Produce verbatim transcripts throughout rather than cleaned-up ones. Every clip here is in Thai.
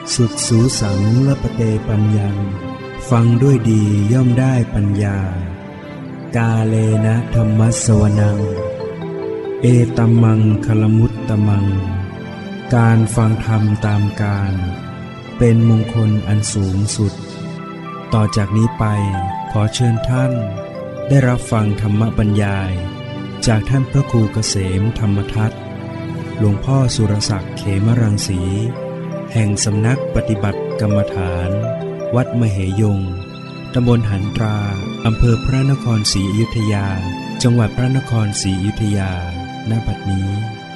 สุดสูสังละปะเตปัญญังฟังด้วยดีย่อมได้ปัญญากาเลนะธรรมัสสวนังเอตัมมังคลมุตตมังการฟังธรรมตามกาลเป็นมงคลอันสูงสุดต่อจากนี้ไปขอเชิญท่านได้รับฟังธรรมบรรยายจากท่านพระครูเกษมธรรมทัศน์หลวงพ่อสุรศักดิ์เขมรังสีแห่งสำนักปฏิบัติกรรมฐานวัดมเหยงตำบลหันตราอำเภอพระนครศรีอยุธยาจังหวัดพระนครศรีอยุธยาณ บัดนี้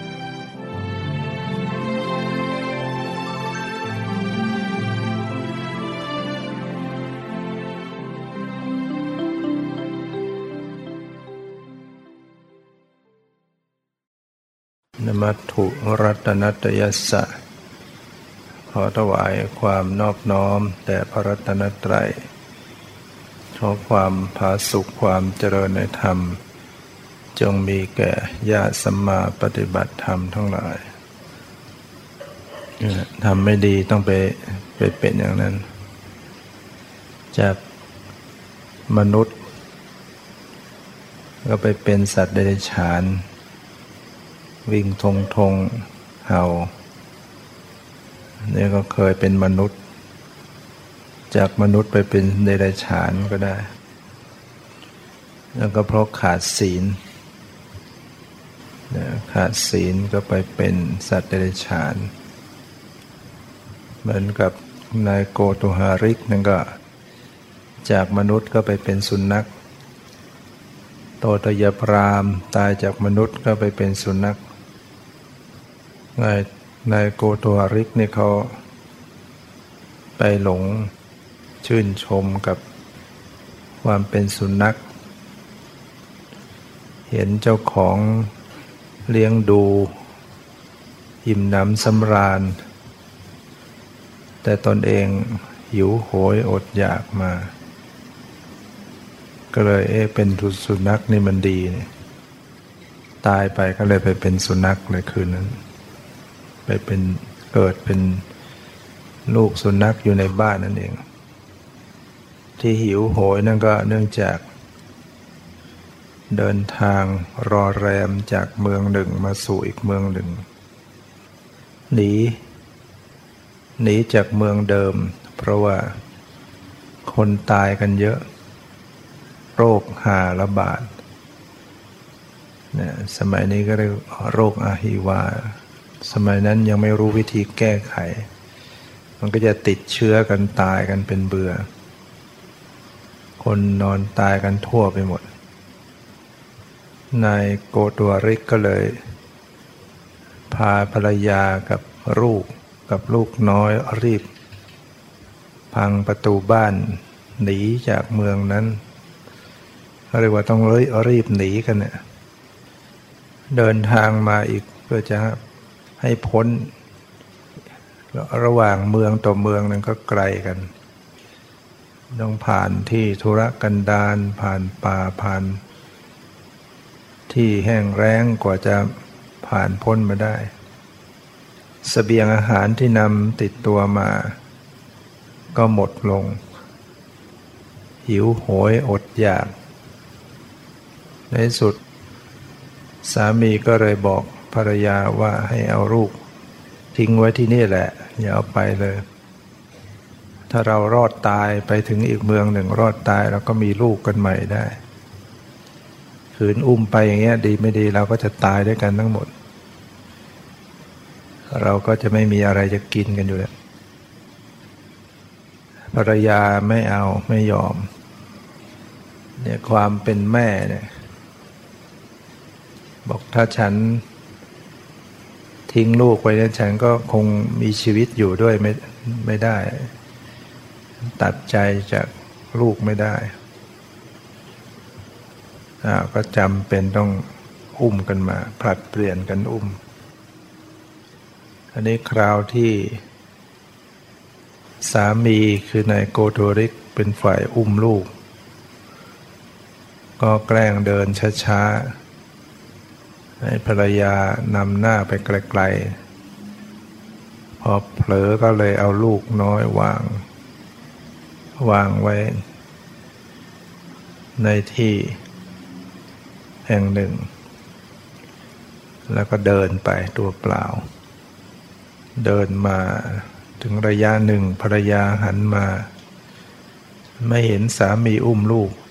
นมัตถุรัตนัตยัสสะขอถวายความนอบน้อมแด่พระรัตนตรัยขอความผาสุกความเจริญในธรรมจงมีแก่ญาติสัมมาปฏิบัติธรรมทั้งหลายทำไม่ดีต้องไปไปเป็นอย่างนั้นจากมนุษย์ก็ไปเป็นสัตว์เดรัจฉานวิ่งทงทงเห่านี่ก็เคยเป็นมนุษย์จากมนุษย์ไปเป็นเดรัจฉานก็ได้แล้วก็เพราะขาดศีลขาดศีลก็ไปเป็นสัตว์เดรัจฉานเหมือนกับนายโกตุหาริกนั่นก็จากมนุษย์ก็ไปเป็นสุนัขโตตยพรามตายจากมนุษย์ก็ไปเป็นสุนัขนายนายโกตุหาริกนี่เขาไปหลงชื่นชมกับความเป็นสุนัขเห็นเจ้าของเลี้ยงดูอิ่มหนำสำราญแต่ตนเองหิวโหยอดอยากมาก็เลยเอ๊ะเป็นสุนัขนี่มันดีเนี่ยตายไปก็เลยไปเป็นสุนัขเลยคืนนั้นไปเป็นเกิดเป็นลูกสุนัขอยู่ในบ้านนั่นเองที่หิวโหยนั่นก็เนื่องจากเดินทางรอแรมจากเมืองหนึ่งมาสู่อีกเมืองหนึ่งหนีหนีจากเมืองเดิมเพราะว่าคนตายกันเยอะโรคหาระบาดเนี่ยสมัยนี้ก็เรียกโรคอาหิวาสมัยนั้นยังไม่รู้วิธีแก้ไขมันก็จะติดเชื้อกันตายกันเป็นเบื่อคนนอนตายกันทั่วไปหมดนายโกตุหาริกก็เลยพาภรรยากับลูกกับลูกน้อยรีบพังประตูบ้านหนีจากเมืองนั้นเขาเรียกว่าต้องรีบหนีกันเนี่ยเดินทางมาอีกเพื่อจะให้พ้นระหว่างเมืองต่อเมืองนั้นก็ไกลกันต้องผ่านที่ทุรกันดารผ่านป่าผ่านที่แห้งแล้งกว่าจะผ่านพ้นมาได้เสบียงอาหารที่นำติดตัวมาก็หมดลงหิวโหยอดอยากในที่สุดสามีก็เลยบอกภรรยาว่าให้เอาลูกทิ้งไว้ที่นี่แหละอย่าเอาไปเลยถ้าเรารอดตายไปถึงอีกเมืองหนึ่งรอดตายเราก็มีลูกกันใหม่ได้ขืนอุ้มไปอย่างเงี้ยดีไม่ดีเราก็จะตายด้วยกันทั้งหมดเราก็จะไม่มีอะไรจะกินกันอยู่แล้วภรรยาไม่เอาไม่ยอมเนี่ยความเป็นแม่เนี่ยบอกถ้าฉันทิ้งลูกไว้เนี่ยฉันก็คงมีชีวิตอยู่ด้วยไม่ไม่ได้ตัดใจจากลูกไม่ได้อ่าก็จำเป็นต้องอุ้มกันมาผลัดเปลี่ยนกันอุ้มอันนี้คราวที่สามีคือนายโกตุหาริกเป็นฝ่ายอุ้มลูกก็แกล้งเดินช้าๆให้ภรรยานำหน้าไปไกลๆพอเผลอก็เลยเอาลูกน้อยวางวางไว้ในที่แห่งหนึ่งแล้วก็เดินไปตัวเปล่าเดินมาถึงระยะหนึ่งภรรยาหันมาไม่เห็นสามีอุ้มลูก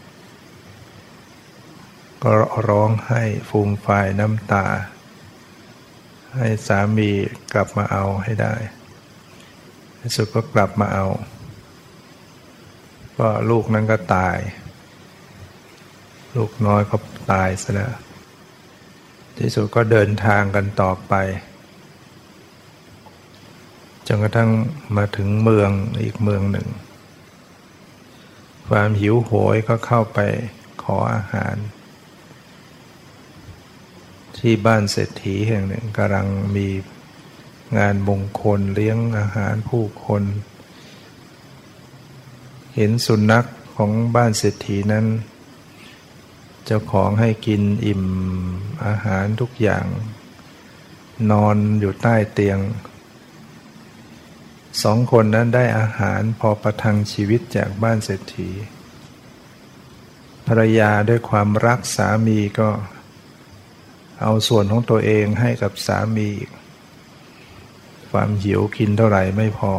ก็ร้องไห้ฟูมฟายน้ำตาให้สามีกลับมาเอาให้ได้ในสุดก็กลับมาเอาก็ลูกนั้นก็ตายลูกน้อยก็ตายซะแล้วที่สุดก็เดินทางกันต่อไปจนกระทั่งมาถึงเมืองอีกเมืองหนึ่งความหิวโหยก็เข้าไปขออาหารที่บ้านเศรษฐีแห่งหนึ่งกำลังมีงานมงคลเลี้ยงอาหารผู้คนเห็นสุนัขของบ้านเศรษฐีนั้นเจ้าของให้กินอิ่มอาหารทุกอย่างนอนอยู่ใต้เตียงสองคนนั้นได้อาหารพอประทังชีวิตจากบ้านเศรษฐีภรรยาด้วยความรักสามีก็เอาส่วนของตัวเองให้กับสามีความหิวกินเท่าไหร่ไม่พอ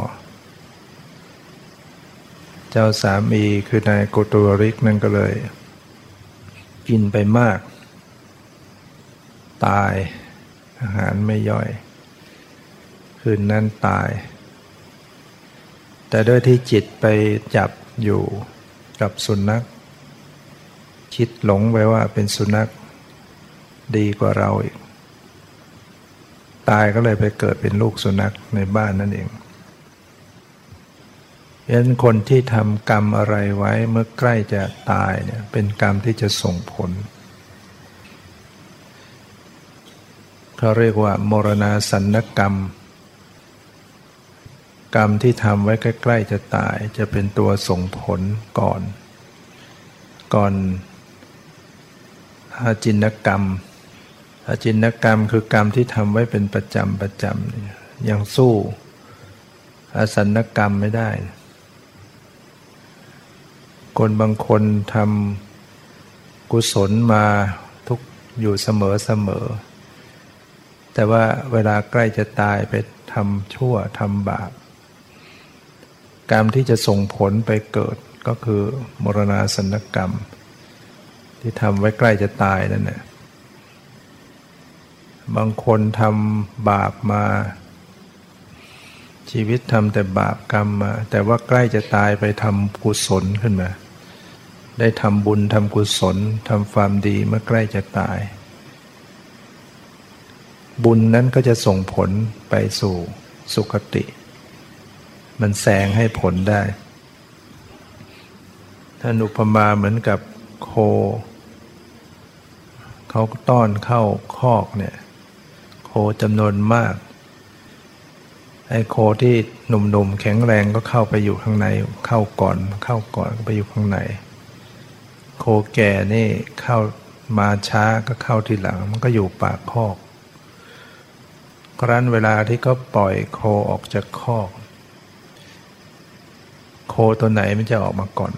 เจ้าสามีคือนายโกโตริกนั่นก็เลยกินไปมากตายอาหารไม่ย่อยคืนนั้นตายแต่ด้วยที่จิตไปจับอยู่กับสุนัขคิดหลงไปว่าเป็นสุนัขดีกว่าเราอีกตายก็เลยไปเกิดเป็นลูกสุนัขในบ้านนั่นเองเพราะฉะนั้นคนที่ทำกรรมอะไรไว้เมื่อใกล้จะตายเนี่ยเป็นกรรมที่จะส่งผลเขาเรียกว่ามรณาสันนกรรมกรรมที่ทำไว้ใกล้ๆจะตายจะเป็นตัวส่งผลก่อนก่อนอาจินกรรมอาจินกรรมคือกรรมที่ทำไว้เป็นประจำประจำยังสู้อาสันนกรรมไม่ได้คนบางคนทำกุศลมาทุกอยู่เสมอเสมอแต่ว่าเวลาใกล้จะตายไปทำชั่วทำบาปกรรมที่จะส่งผลไปเกิดก็คือมรณาสันนกรรมที่ทำไว้ใกล้จะตายนั่นแหละบางคนทำบาปมาชีวิตทำแต่บาปกรรมมาแต่ว่าใกล้จะตายไปทำกุศลขึ้นมาได้ทำบุญทำกุศลทำความดีเมื่อใกล้จะตายบุญนั้นก็จะส่งผลไปสู่สุคติมันแซงให้ผลได้ท่านอุปมาเหมือนกับโคเขาต้อนเข้าคอกเนี่ยโคจำนวนมากไอ้โคที่หนุ่มๆแข็งแรงก็เข้าไปอยู่ข้างในเข้าก่อนเข้าก่อนก็ไปอยู่ข้างในโคแก่นี่เข้ามาช้าก็เข้าทีหลังมันก็อยู่ปากคอกครั้นเวลาที่เขาปล่อยโคออกจากคอกโคตัวไหนมันจะออกมาก่อน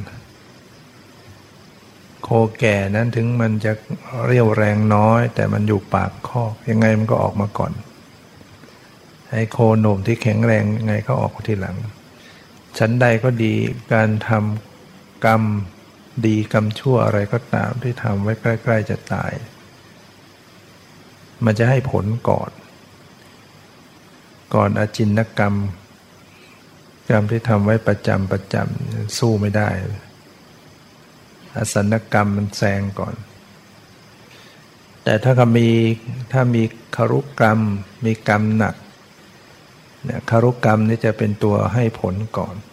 โคแก่นั้นถึงมันจะเรี่ยวแรงน้อยแต่มันอยู่ปากคอกยังไงมันก็ออกมาก่อนไอ้โคหนุ่มที่แข็งแรงยังไงก็ออกทีหลังชั้นใดก็ดีการทำกรรมดีกรรมชั่วอะไรก็ตามที่ทำไว้ใกล้ๆจะตายมันจะให้ผลก่อนก่อนอาจินกรรมกรรมที่ทำไว้ประจำประจำสู้ไม่ได้อสันนกรรมมันแซงก่อนแต่ถ้ามีถ้ามีคารุกรรมมีกรรมหนักเนี่ยคารุกรรมนี่จะเป็นตัวให้ผลก่อน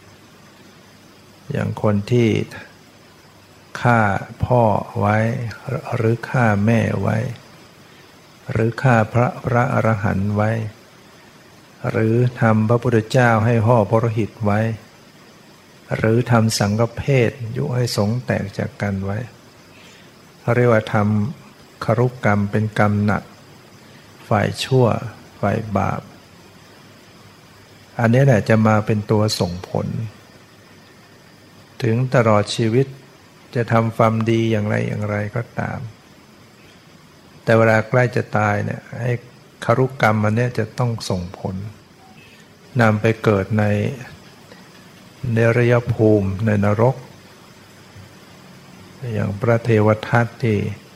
อย่างคนที่ฆ่าพ่อไว้หรือฆ่าแม่ไว้หรือฆ่าพระพระอรหันต์ไว้หรือทำพระพุทธเจ้าให้ห่อพระโลหิตไว้หรือทำสังฆเพศยุให้สงฆ์แตกจากกันไว้เขาเรียกว่าทำคารุกรรมเป็นกรรมหนักฝ่ายชั่วฝ่ายบาปอันนี้แหละจะมาเป็นตัวส่งผลถึงตลอดชีวิตจะทำความดีอย่างไรอย่างไรก็ตามแต่เวลาใกล้จะตายเนี่ยให้คารุกรรมอันนี้จะต้องส่งผลนำไปเกิดในเนรยภูมิในนรกอย่างพระเทวทัตที่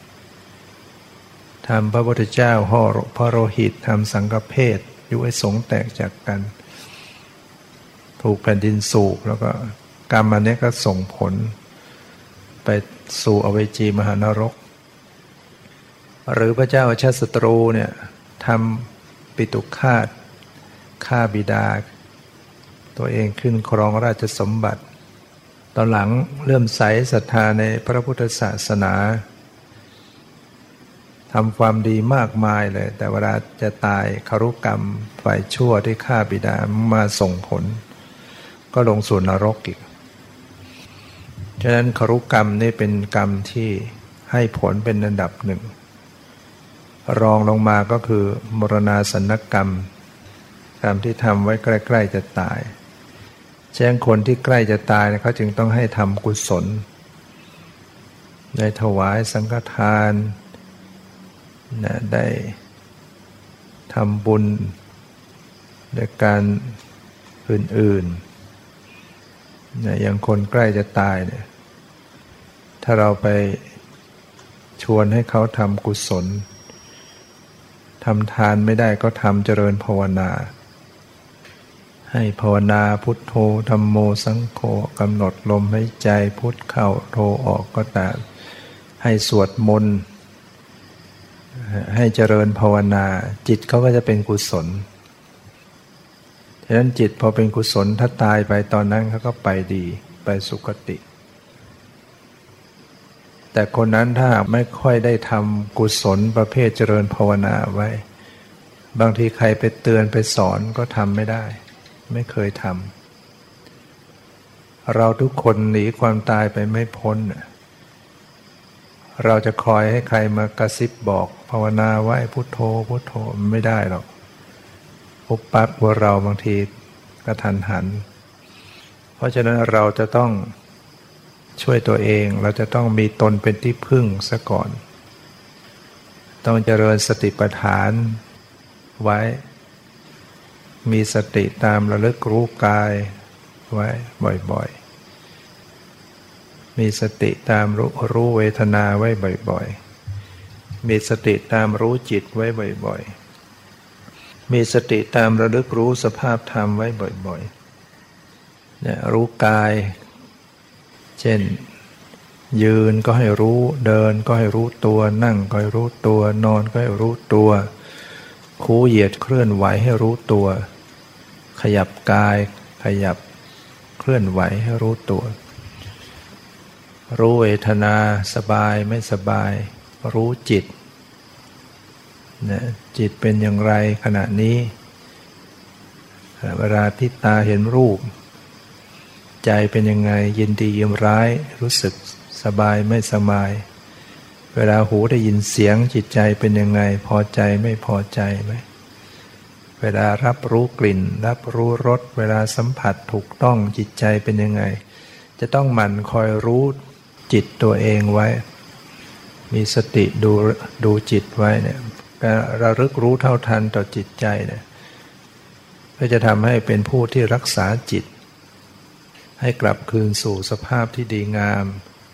ทำพระพุทธเจ้าห่อพระโลหิตทำสังฆเพศยุให้สงฆ์แตกจากกันถูกแผ่นดินสูบแล้วก็กรรมอันนี้ก็ส่งผลไปสู่อเวจีมหานรกหรือพระเจ้าอาชาติศัตรูเนี่ยทำปิตุฆาตฆ่าบิดาตัวเองขึ้นครองราชสมบัติตอนหลังเลื่อมใสศรัทธาในพระพุทธศาสนาทำความดีมากมายเลยแต่เวลาจะตายคารุกรรมฝ่ายชั่วที่ฆ่าบิดามาส่งผลก็ลงสู่นรกอีกฉะนั้นคารุกรรมนี่เป็นกรรมที่ให้ผลเป็นอันดับหนึ่งรองลงมาก็คือมรณาสันนกรรมกรรมที่ทำไว้ใกล้ๆจะตายแจ้งคนที่ใกล้จะตายเขาจึงต้องให้ทำกุศลได้ถวายสังฆทานนะได้ทำบุญในการอื่นๆนะอย่างคนใกล้จะตายเนี่ยถ้าเราไปชวนให้เขาทำกุศลทำทานไม่ได้ก็ทำเจริญภาวนาให้ภาวนาพุทโธธัมโมสังโฆกำหนดลมหายใจพุทเข้าโธออกก็ตามให้สวดมนต์ให้เจริญภาวนาจิตเขาก็จะเป็นกุศลฉะนั้นจิตพอเป็นกุศลถ้าตายไปตอนนั้นเขาก็ไปดีไปสุคติแต่คนนั้นถ้าไม่ค่อยได้ทำกุศลประเภทเจริญภาวนาไว้บางทีใครไปเตือนไปสอนก็ทำไม่ได้ไม่เคยทำเราทุกคนหนีความตายไปไม่พ้นเราจะคอยให้ใครมากระซิบบอกภาวนาไว้พุทโธพุทโธไม่ได้หรอกปุ๊บปั๊บว่าเราบางทีกระทันหันเพราะฉะนั้นเราจะต้องช่วยตัวเองเราจะต้องมีตนเป็นที่พึ่งซะก่อนต้องเจริญสติปัฏฐานไว้มีสติตามระลึกรู้กายไว้บ่อยๆมีสติตามรู้รู้เวทนาไว้บ่อยๆมีสติตามรู้จิตไว้บ่อยๆมีสติตามระลึกรู้สภาพธรรมไว้บ่อยๆเนี่ยรู้กายเช่นยืนก็ให้รู้เดินก็ให้รู้ตัวนั่งก็ให้รู้ตัวนอนก็ให้รู้ตัวคู่เหยียดเคลื่อนไหวให้รู้ตัวขยับกายขยับเคลื่อนไหวให้รู้ตัวรู้เวทนาสบายไม่สบายรู้จิตนะจิตเป็นอย่างไรขณะนี้เวลาที่ตาเห็นรูปใจเป็นยังไงยินดียินร้ายรู้สึกสบายไม่สบายเวลาหูได้ยินเสียงจิตใจเป็นยังไงพอใจไม่พอใจไหมเวลารับรู้กลิ่นรับรู้รสเวลาสัมผัสถูกต้องจิตใจเป็นยังไงจะต้องหมั่นคอยรู้จิตตัวเองไว้มีสติดูดูจิตไว้เนี่ยการระลึกรู้เท่าทันต่อจิตใจเนี่ยเพื่อจะทำให้เป็นผู้ที่รักษาจิตให้กลับคืนสู่สภาพที่ดีงาม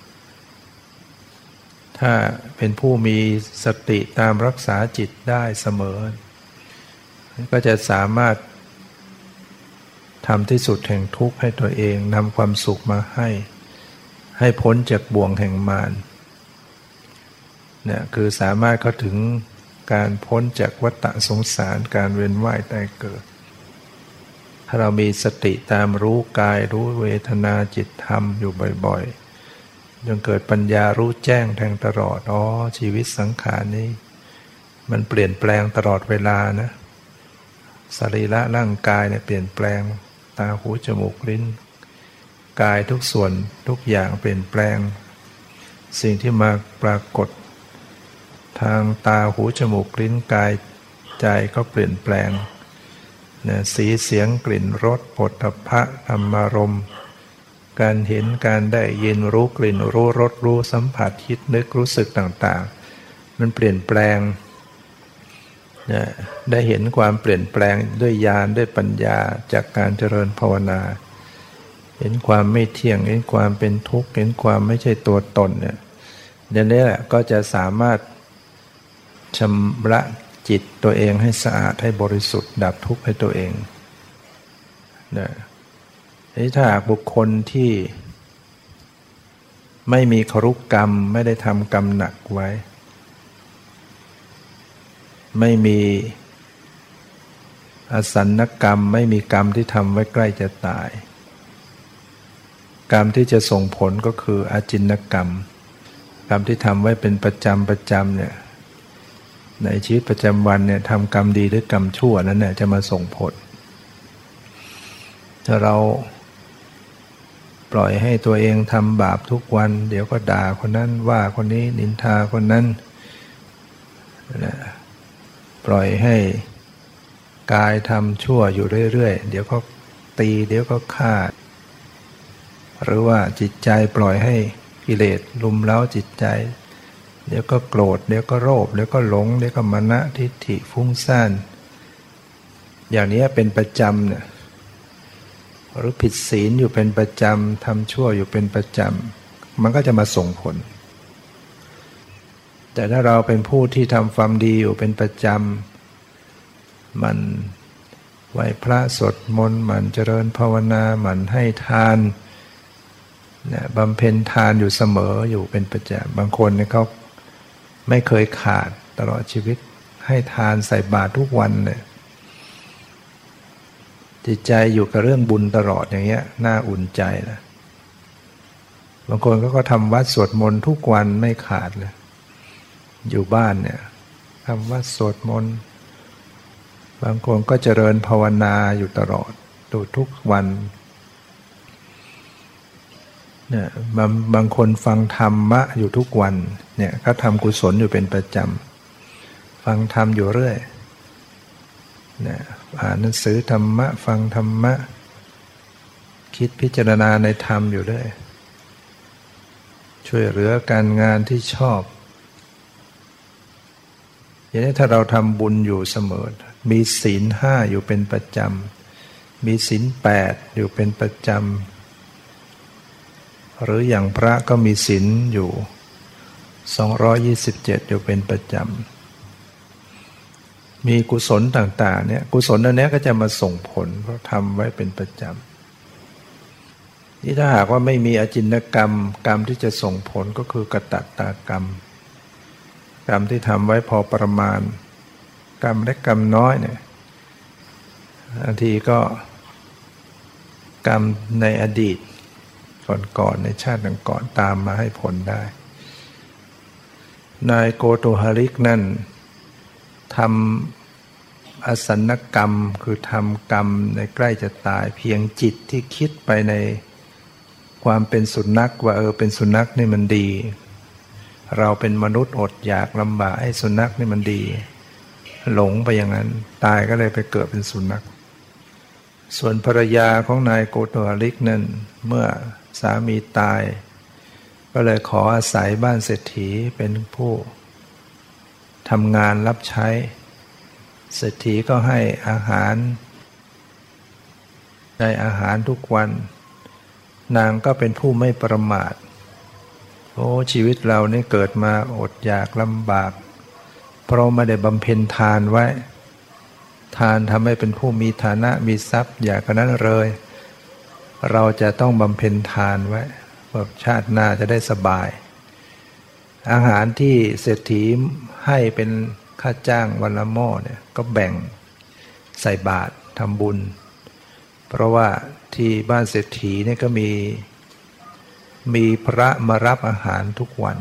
ถ้าเป็นผู้มีสติตามรักษาจิตได้เสมอก็จะสามารถทำที่สุดแห่งทุกข์ให้ตัวเองนำความสุขมาให้ให้พ้นจากบ่วงแห่งมารเนี่ยคือสามารถเข้าถึงการพ้นจากวัฏสงสารการเวียนว่ายตายเกิดถ้าเรามีสติตามรู้กายรู้เวทนาจิตธรรมอยู่บ่อยๆจนเกิดปัญญารู้แจ้งแทงตลอดอ๋อชีวิตสังขารนี้มันเปลี่ยนแปลงตลอดเวลานะสรีระร่างกายเนี่ยเปลี่ยนแปลงตาหูจมูกลิ้นกายทุกส่วนทุกอย่างเปลี่ยนแปลงสิ่งที่มาปรากฏทางตาหูจมูกลิ้นกายใจก็เปลี่ยนแปลงนะสีเสียงกลิ่นรสโผฏฐัพพะธรรมารมณ์การเห็นการได้ยินรู้กลิ่นรู้รสรู้สัมผัสคิดนึกรู้สึกต่างๆมันเปลี่ยนแปลงนะได้เห็นความเปลี่ยนแปลงด้วยญาณด้วยปัญญาจากการเจริญภาวนาเห็นความไม่เที่ยงเห็นความเป็นทุกข์เห็นความไม่ใช่ตัวตนเนี่ยอย่างนี้แหละก็จะสามารถชำระจิตตัวเองให้สะอาดให้บริสุทธิ์ดับทุกข์ให้ตัวเองนะถ้าหากบุคคลที่ไม่มีครุกรรมไม่ได้ทำกรรมหนักไว้ไม่มีอสัญกรรมไม่มีกรรมที่ทำไว้ใกล้จะตายกรรมที่จะส่งผลก็คืออาจินกรรมกรรมที่ทำไว้เป็นประจำประจำเนี่ยในชีวิตประจำวันเนี่ยทำกรรมดีหรือกรรมชั่วนั้นเนี่ยจะมาส่งผลถ้าเราปล่อยให้ตัวเองทำบาปทุกวันเดี๋ยวก็ด่าคนนั้นว่าคนนี้นินทาคนนั้นนะปล่อยให้กายทำชั่วอยู่เรื่อยๆเดี๋ยวก็ตีเดี๋ยวก็ฆ่าหรือว่าจิตใจปล่อยให้กิเลสลุมเร้าจิตใจเดี๋ยวก็โกรธเดี๋ยวก็โลภเดี๋ยวก็หลงเดี๋ยวก็มานะทิฏฐิฟุ้งซ่านอย่างนี้เป็นประจำเนี่ยหรือผิดศีลอยู่เป็นประจำทำชั่วอยู่เป็นประจำมันก็จะมาส่งผลแต่ถ้าเราเป็นผู้ที่ทำความดีอยู่เป็นประจำมันไหว้พระสวดมนต์มันเจริญภาวนามันให้ทานเนี่ยบำเพ็ญทานอยู่เสมออยู่เป็นประจำบางคนเนี่ยเขาไม่เคยขาดตลอดชีวิตให้ทานใส่บาตรทุกวันเลยจิตใจอยู่กับเรื่องบุญตลอดอย่างเงี้ยน่าอุ่นใจนะบางคนก็ก็ทำวัดสวดมนต์ทุกวันไม่ขาดเลยอยู่บ้านเนี่ยทำวัดสวดมนต์บางคนก็เจริญภาวนาอยู่ตลอดดูทุกวันเนี่ยบางบางคนฟังธรรมะอยู่ทุกวันเนี่ยเขาทำกุศลอยู่เป็นประจำฟังธรรมอยู่เรื่อยเนี่ยอ่านหนังสือธรรมะฟังธรรมะคิดพิจารณาในธรรมอยู่เรื่อยช่วยเหลือการงานที่ชอบอย่างนี้ถ้าเราทำบุญอยู่เสมอมีศีลห้าอยู่เป็นประจำมีศีลแปดอยู่เป็นประจำหรืออย่างพระก็มีศีลอยู่สองร้อยยี่สิบเจ็ดอยู่เป็นประจำมีกุศลต่างๆเนี่ยกุศลอันนี้ก็จะมาส่งผลเพราะทำไว้เป็นประจำนี่ถ้าหากว่าไม่มีอจินกรรมกรรมที่จะส่งผลก็คือกตัตตากรรมกรรมที่ทำไว้พอประมาณกรรมเล็กกรรมน้อยเนี่ยบางทีก็กรรมในอดีตก่อนๆในชาติก่อนตามมาให้ผลได้นายโกโตหริกนั่นทำอสัญกรรมคือทำกรรมในใกล้จะตายเพียงจิตที่คิดไปในความเป็นสุนัขว่าเออเป็นสุนัขนี่มันดีเราเป็นมนุษย์อดอยากลำบากให้สุนัขนี่มันดีหลงไปอย่างนั้นตายก็เลยไปเกิดเป็นสุนัขส่วนภรรยาของนายโกโตหริกนั่นเมื่อสามีตายก็เลยขออาศัยบ้านเศรษฐีเป็นผู้ทำงานรับใช้เศรษฐีก็ให้อาหารได้อาหารทุกวันนางก็เป็นผู้ไม่ประมาทโอ้ชีวิตเราเนี่ยเกิดมาอดอยากลำบากเพราะไม่ได้บำเพ็ญทานไว้ทานทำให้เป็นผู้มีฐานะมีทรัพย์อยากนั้นเลยเราจะต้องบำเพ็ญทานไว้เพื่อชาติหน้าจะได้สบายอาหารที่เศรษฐีให้เป็นค่าจ้างวันละหม้อเนี่ยก็แบ่งใส่บาตรทำบุญเพราะว่าที่บ้านเศรษฐีเนี่ยก็มีมีพระมารับอาหารทุกวัน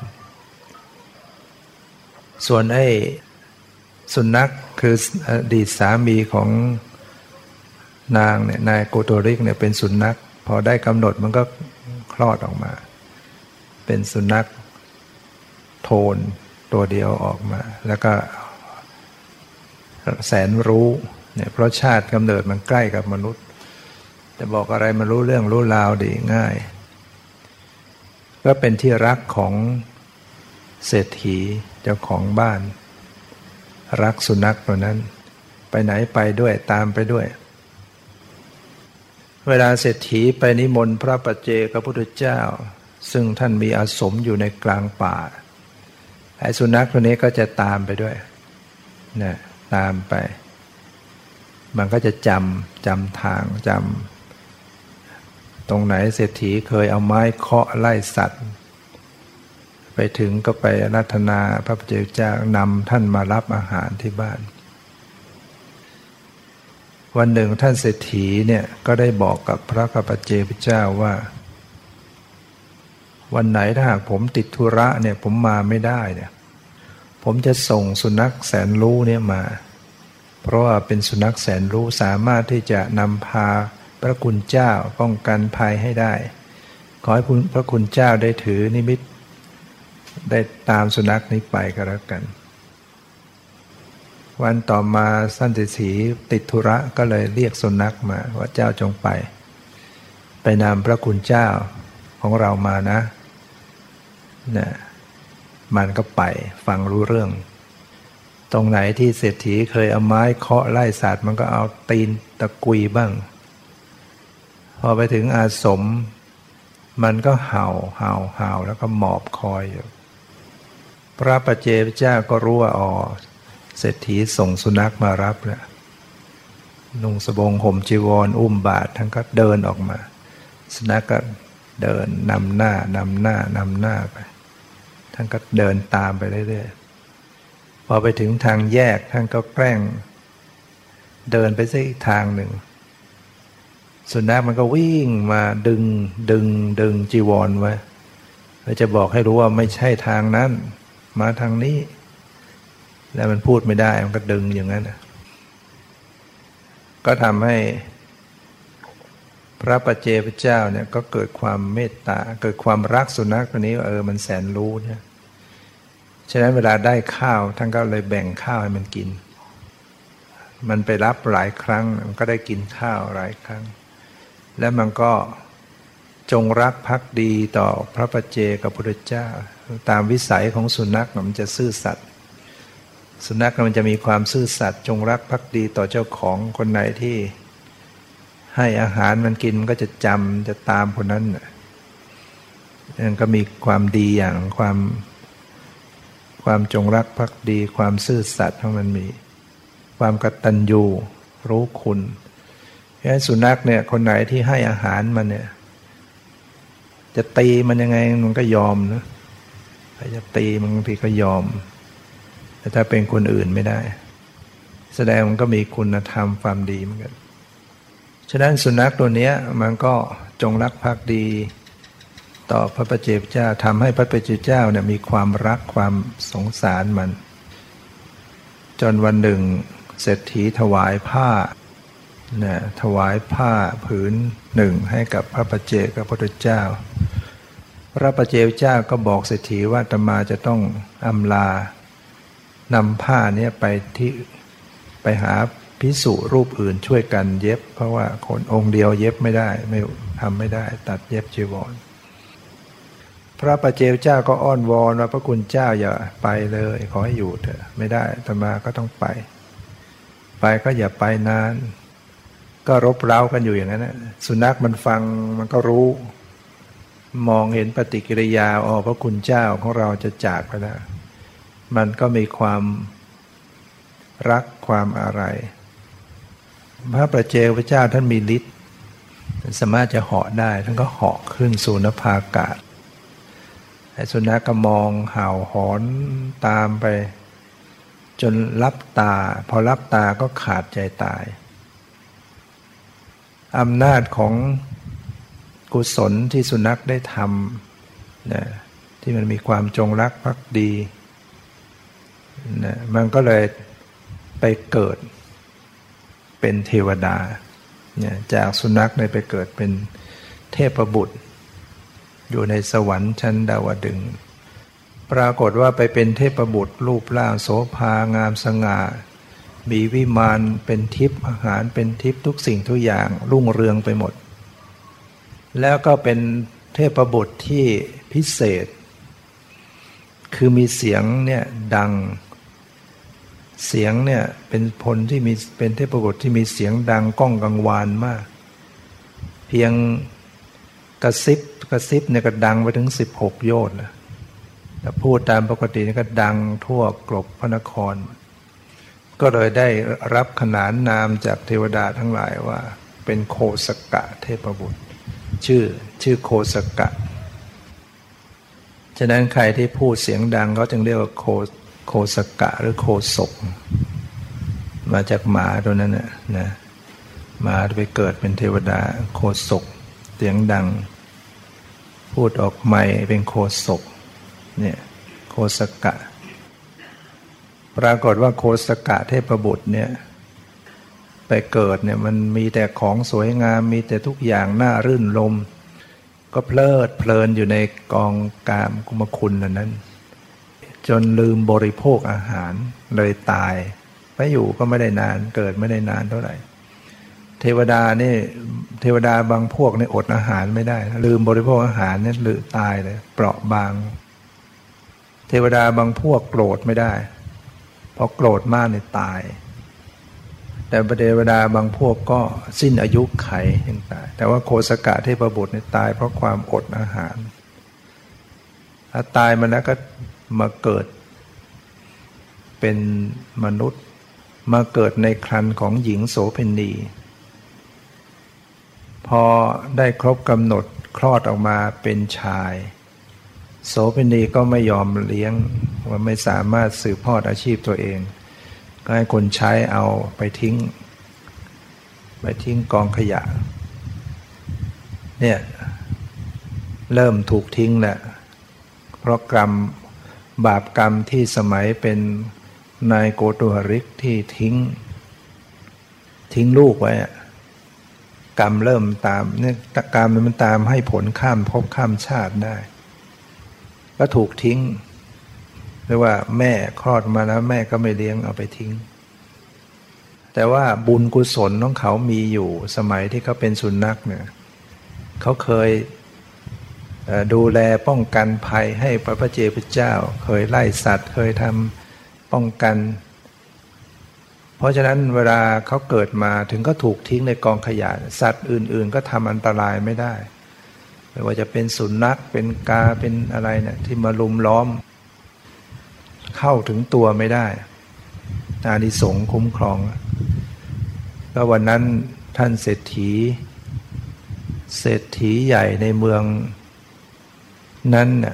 ส่วนไอ้สุนัขคืออดีตสามีของนางเนี่ยนายโกโตริกเนี่ยเป็นสุนัขพอได้กำหนดมันก็คลอดออกมาเป็นสุนัขโทนตัวเดียวออกมาแล้วก็แสนรู้เนี่ยเพราะชาติกำเนิดมันใกล้กับมนุษย์จะบอกอะไรมันรู้เรื่องรู้ราวดีง่ายก็เป็นที่รักของเศรษฐีเจ้าของบ้านรักสุนัขตัวนั้นไปไหนไปด้วยตามไปด้วยเวลาเศรษฐีไปนิมนต์พระปัจเจกพุทธเจ้าซึ่งท่านมีอาสมอยู่ในกลางป่าไอ้สุนัขตัวนี้ก็จะตามไปด้วยนะตามไปมันก็จะจำจำทางจำตรงไหนเศรษฐีเคยเอาไม้เคาะไล่สัตว์ไปถึงก็ไปอาราธนาพระปัจเจกเจ้านำท่านมารับอาหารที่บ้านวันหนึ่งท่านเศรษฐีเนี่ยก็ได้บอกกับพระปัจเจกเจ้าว่าวันไหนถ้าหากผมติดธุระเนี่ยผมมาไม่ได้เนี่ยผมจะส่งสุนัขแสนรู้เนี่ยมาเพราะว่าเป็นสุนัขแสนรู้สามารถที่จะนำพาพระคุณเจ้าป้องกันภัยให้ได้ขอให้พระคุณเจ้าได้ถือนิมิตได้ตามสุนัขนี้ไปก็แล้วกันวันต่อมาท่านเศรษฐีติดธุระก็เลยเรียกสุนัขมาว่าเจ้าจงไปไปนำพระคุณเจ้าของเรามานะนะมันก็ไปฟังรู้เรื่องตรงไหนที่เศรษฐีเคยเอาไม้เคาะไล่สัตว์มันก็เอาตีนตะกุยบ้างพอไปถึงอาสมมันก็เห่าเห่าเห่าแล้วก็หมอบคอยอยู่พระปัจเจกเจ้าก็รู้ว่าอ๋อเศรษฐีส่งสุนัขมารับแล้วนุ่งสบงห่มจีวรอุ้มบาตรท่านก็เดินออกมาสุนัขก็เดินนำหน้านำหน้านำหน้าไปท่านก็เดินตามไปเรื่อยๆพอไปถึงทางแยกท่านก็แกล้งเดินไปสักอีกทางหนึ่งสุนัขมันก็วิ่งมาดึงดึงดึงจีวรไว้แล้วจะบอกให้รู้ว่าไม่ใช่ทางนั้นมาทางนี้แล้วมันพูดไม่ได้มันก็ดึงอย่างนั้นก็ทำให้พระปัจเจกเจ้าเนี่ยก็เกิดความเมตตาเกิดความรักสุนัขตัวนี้เออมันแสนรู้เนี่ยฉะนั้นเวลาได้ข้าวท่านก็เลยแบ่งข้าวให้มันกินมันไปรับหลายครั้งมันก็ได้กินข้าวหลายครั้งแล้วมันก็จงรักภักดีต่อพระปัจเจกพุทธเจ้าตามวิสัยของสุนัขมันจะซื่อสัตย์สุนัขมันจะมีความซื่อสัตย์จงรักภักดีต่อเจ้าของคนไหนที่ให้อาหารมันกินมันก็จะจำจะตามคนนั้นนั่นก็มีความดีอย่างความความจงรักภักดีความซื่อสัตย์ของมันมีความกตัญญูรู้คุณเพราะฉะนั้นสุนัขเนี่ยคนไหนที่ให้อาหารมันเนี่ยจะตีมันยังไงมันก็ยอมนะถ้าจะตีมันบางทีก็ยอมแต่ถ้าเป็นคนอื่นไม่ได้แสดงมันก็มีคุณธรรมความดีเหมือนกันฉะนั้นสุนัขตัวนี้มันก็จงรักภักดีต่อพระปัจเจกเจ้าทำให้พระปัจเจกเจ้าเนี่ยมีความรักความสงสารมันจนวันหนึ่งเศรษฐีถวายผ้านะถวายผ้าผืนหนึ่งให้กับพระปัจเจกพุทธเจ้าพระปัจเจกเจ้าก็บอกเศรษฐีว่าอาตมาจะต้องอำลานำผ้านี้ไปที่ไปหาภิกษุรูปอื่นช่วยกันเย็บเพราะว่าคนองค์เดียวเย็บไม่ได้ไม่ทำไม่ได้ตัดเย็บจีวรพระปัจเจกเจ้าก็อ้อนวอนว่าพระคุณเจ้าอย่าไปเลยขอให้อยู่เถอะไม่ได้อาตมาก็ต้องไปไปก็อย่าไปนานก็รบเร้ากันอยู่อย่างนั้นนะสุนัขมันฟังมันก็รู้มองเห็นปฏิกิริยาอ๋อพระคุณเจ้าของเราจะจากไปแล้วมันก็มีความรักความอะไรพระปัจเจกพุทธเจ้าท่านมีฤทธิ์สามารถจะเหาะได้ท่านก็เหาะขึ้นสู่นภาอากาศไอ้สุนัขก็มองเห่าหอนตามไปจนลับตาพอลับตาก็ขาดใจตายอำนาจของกุศลที่สุนัขได้ทำนะที่มันมีความจงรักภักดีนะมันก็เลยไปเกิดเป็นเทวดาเนี่ยจากสุนัขได้ไปเกิดเป็นเทพบุตรอยู่ในสวรรค์ชั้นดาวดึงส์ปรากฏว่าไปเป็นเทพบุตรรูปร่างโสภางามสง่ามีวิมานเป็นทิพย์อาหารเป็นทิพย์ทุกสิ่งทุกอย่างรุ่งเรืองไปหมดแล้วก็เป็นเทพบุตรที่พิเศษคือมีเสียงเนี่ยดังเสียงเนี่ยเป็นพลที่มีเป็นเทพบุตรที่มีเสียงดังก้องกังวานมากเพียงกระซิบกระซิบเนี่ยก็ดังไปถึงสิบหกโยชน์นะแต่พูดตามปกตินี่ก็ดังทั่วกลบพระนครก็เลยได้รับขนานนามจากเทวดาทั้งหลายว่าเป็นโคสกะเทพบุตรชื่อชื่อโคสกะฉะนั้นใครที่พูดเสียงดังเขาจึงเรียกว่าโคโคสกะหรือโคศกมาจากหมาตัวนั้นนะนะหมาไปเกิดเป็นเทวดาโคศกเสียงดังพูดออกไมค์เป็นโคศกเนี่ยโคสกะปรากฏว่าโคสกะเทพบุตรเนี่ยไปเกิดเนี่ยมันมีแต่ของสวยงามมีแต่ทุกอย่างน่ารื่นรมก็เพลิดเพลินอยู่ในกองกามกุมคุณนั้นจนลืมบริโภคอาหารเลยตายไปอยู่ก็ไม่ได้นานเกิดไม่ได้นานเท่าไหร่เทวดานี่เทวดาบางพวกนี่อดอาหารไม่ได้ลืมบริโภคอาหารนี่ลืมตายเลยเปราะบางเทวดาบางพวกโกรธไม่ได้พอโกรธมากเนี่ยตายแต่เทวดาบางพวกก็สิ้นอายุไขยังตายแต่ว่าโคสกะเทพบุตรเนี่ยตายเพราะความอดอาหารถ้าตายมาแล้วก็มาเกิดเป็นมนุษย์มาเกิดในครรภ์ของหญิงโสเภณีพอได้ครบกำหนดคลอดออกมาเป็นชายโสเภณีก็ไม่ยอมเลี้ยงว่าไม่สามารถสืบทอดอาชีพตัวเองก็ให้คนใช้เอาไปทิ้งไปทิ้งกองขยะเนี่ยเริ่มถูกทิ้งแหละเพราะกรรมบาปกรรมที่สมัยเป็นนายโกตุหริกที่ทิ้งทิ้งลูกไว้กรรมเริ่มตามเนี่ยกรรมมันตามให้ผลข้ามภพข้ามชาติได้ก็ถูกทิ้งเรียกว่าแม่คลอดมาแล้วแม่ก็ไม่เลี้ยงเอาไปทิ้งแต่ว่าบุญกุศลของเขามีอยู่สมัยที่เขาเป็นสุนัขเนี่ยเขาเคยดูแลป้องกันภัยให้พระพเจ้าพระเจ้าเคยไล่สัตว์เคยทำป้องกันเพราะฉะนั้นเวลาเขาเกิดมาถึงก็ถูกทิ้งในกองขยะสัตว์อื่นๆก็ทำอันตรายไม่ได้ไม่ว่าจะเป็นสุนัขเป็นกาเป็นอะไรเนี่ยที่มาลุมล้อมเข้าถึงตัวไม่ได้อานิสงส์คุ้มครองแล้ววันนั้นท่านเศรษฐีเศรษฐีใหญ่ในเมืองนั้นน่ะ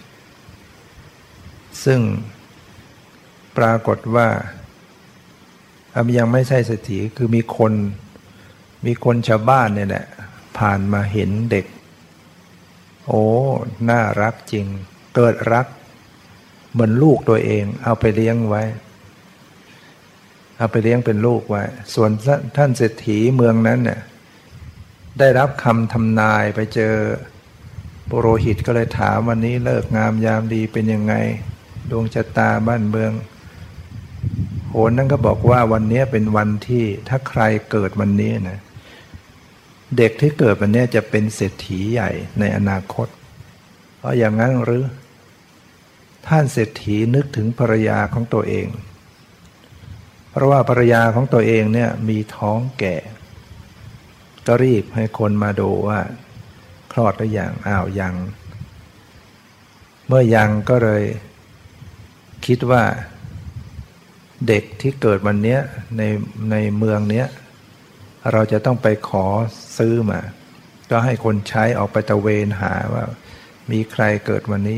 ซึ่งปรากฏว่ายังไม่ใช่เศรษฐีคือมีคนมีคนชาวบ้านเนี่ยแหละผ่านมาเห็นเด็กโอ้น่ารักจริงเกิดรักเหมือนลูกตัวเองเอาไปเลี้ยงไว้เอาไปเลี้ยงเป็นลูกไว้ส่วนท่านเศรษฐีเมืองนั้นเนี่ยได้รับคำทำนายไปเจอปุโรหิตก็เลยถามวันนี้เลิกงามยามดีเป็นยังไงดวงชะตาบ้านเมืองโหนนั่นก็บอกว่าวันนี้เป็นวันที่ถ้าใครเกิดวันนี้นะเด็กที่เกิดวันนี้จะเป็นเศรษฐีใหญ่ในอนาคตเพราะอย่างนั้นหรือท่านเศรษฐีนึกถึงภรรยาของตัวเองเพราะว่าภรรยาของตัวเองเนี่ยมีท้องแก่ก็รีบให้คนมาดูว่าคลอดหรือยังอ้าวยังเมื่อยังก็เลยคิดว่าเด็กที่เกิดวันนี้ในในเมืองเนี้ยเราจะต้องไปขอซื้อมาก็ให้คนใช้ออกไปตระเวนหาว่ามีใครเกิดวันนี้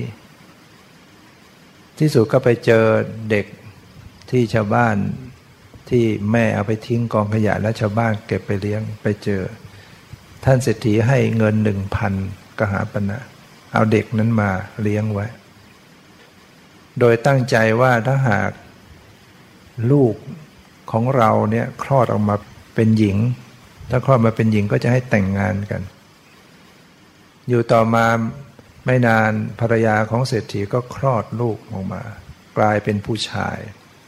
ที่สุดก็ไปเจอเด็กที่ชาวบ้านที่แม่เอาไปทิ้งกองขยะและชาวบ้านเก็บไปเลี้ยงไปเจอท่านเศรษฐีให้เงินหนึ่งพันกหาปณะเอาเด็กนั้นมาเลี้ยงไว้โดยตั้งใจว่าถ้าหากลูกของเราเนี่ยคลอดออกมาเป็นหญิงถ้าคลอดมาเป็นหญิงก็จะให้แต่งงานกันอยู่ต่อมาไม่นานภรรยาของเศรษฐีก็คลอดลูกออกมากลายเป็นผู้ชาย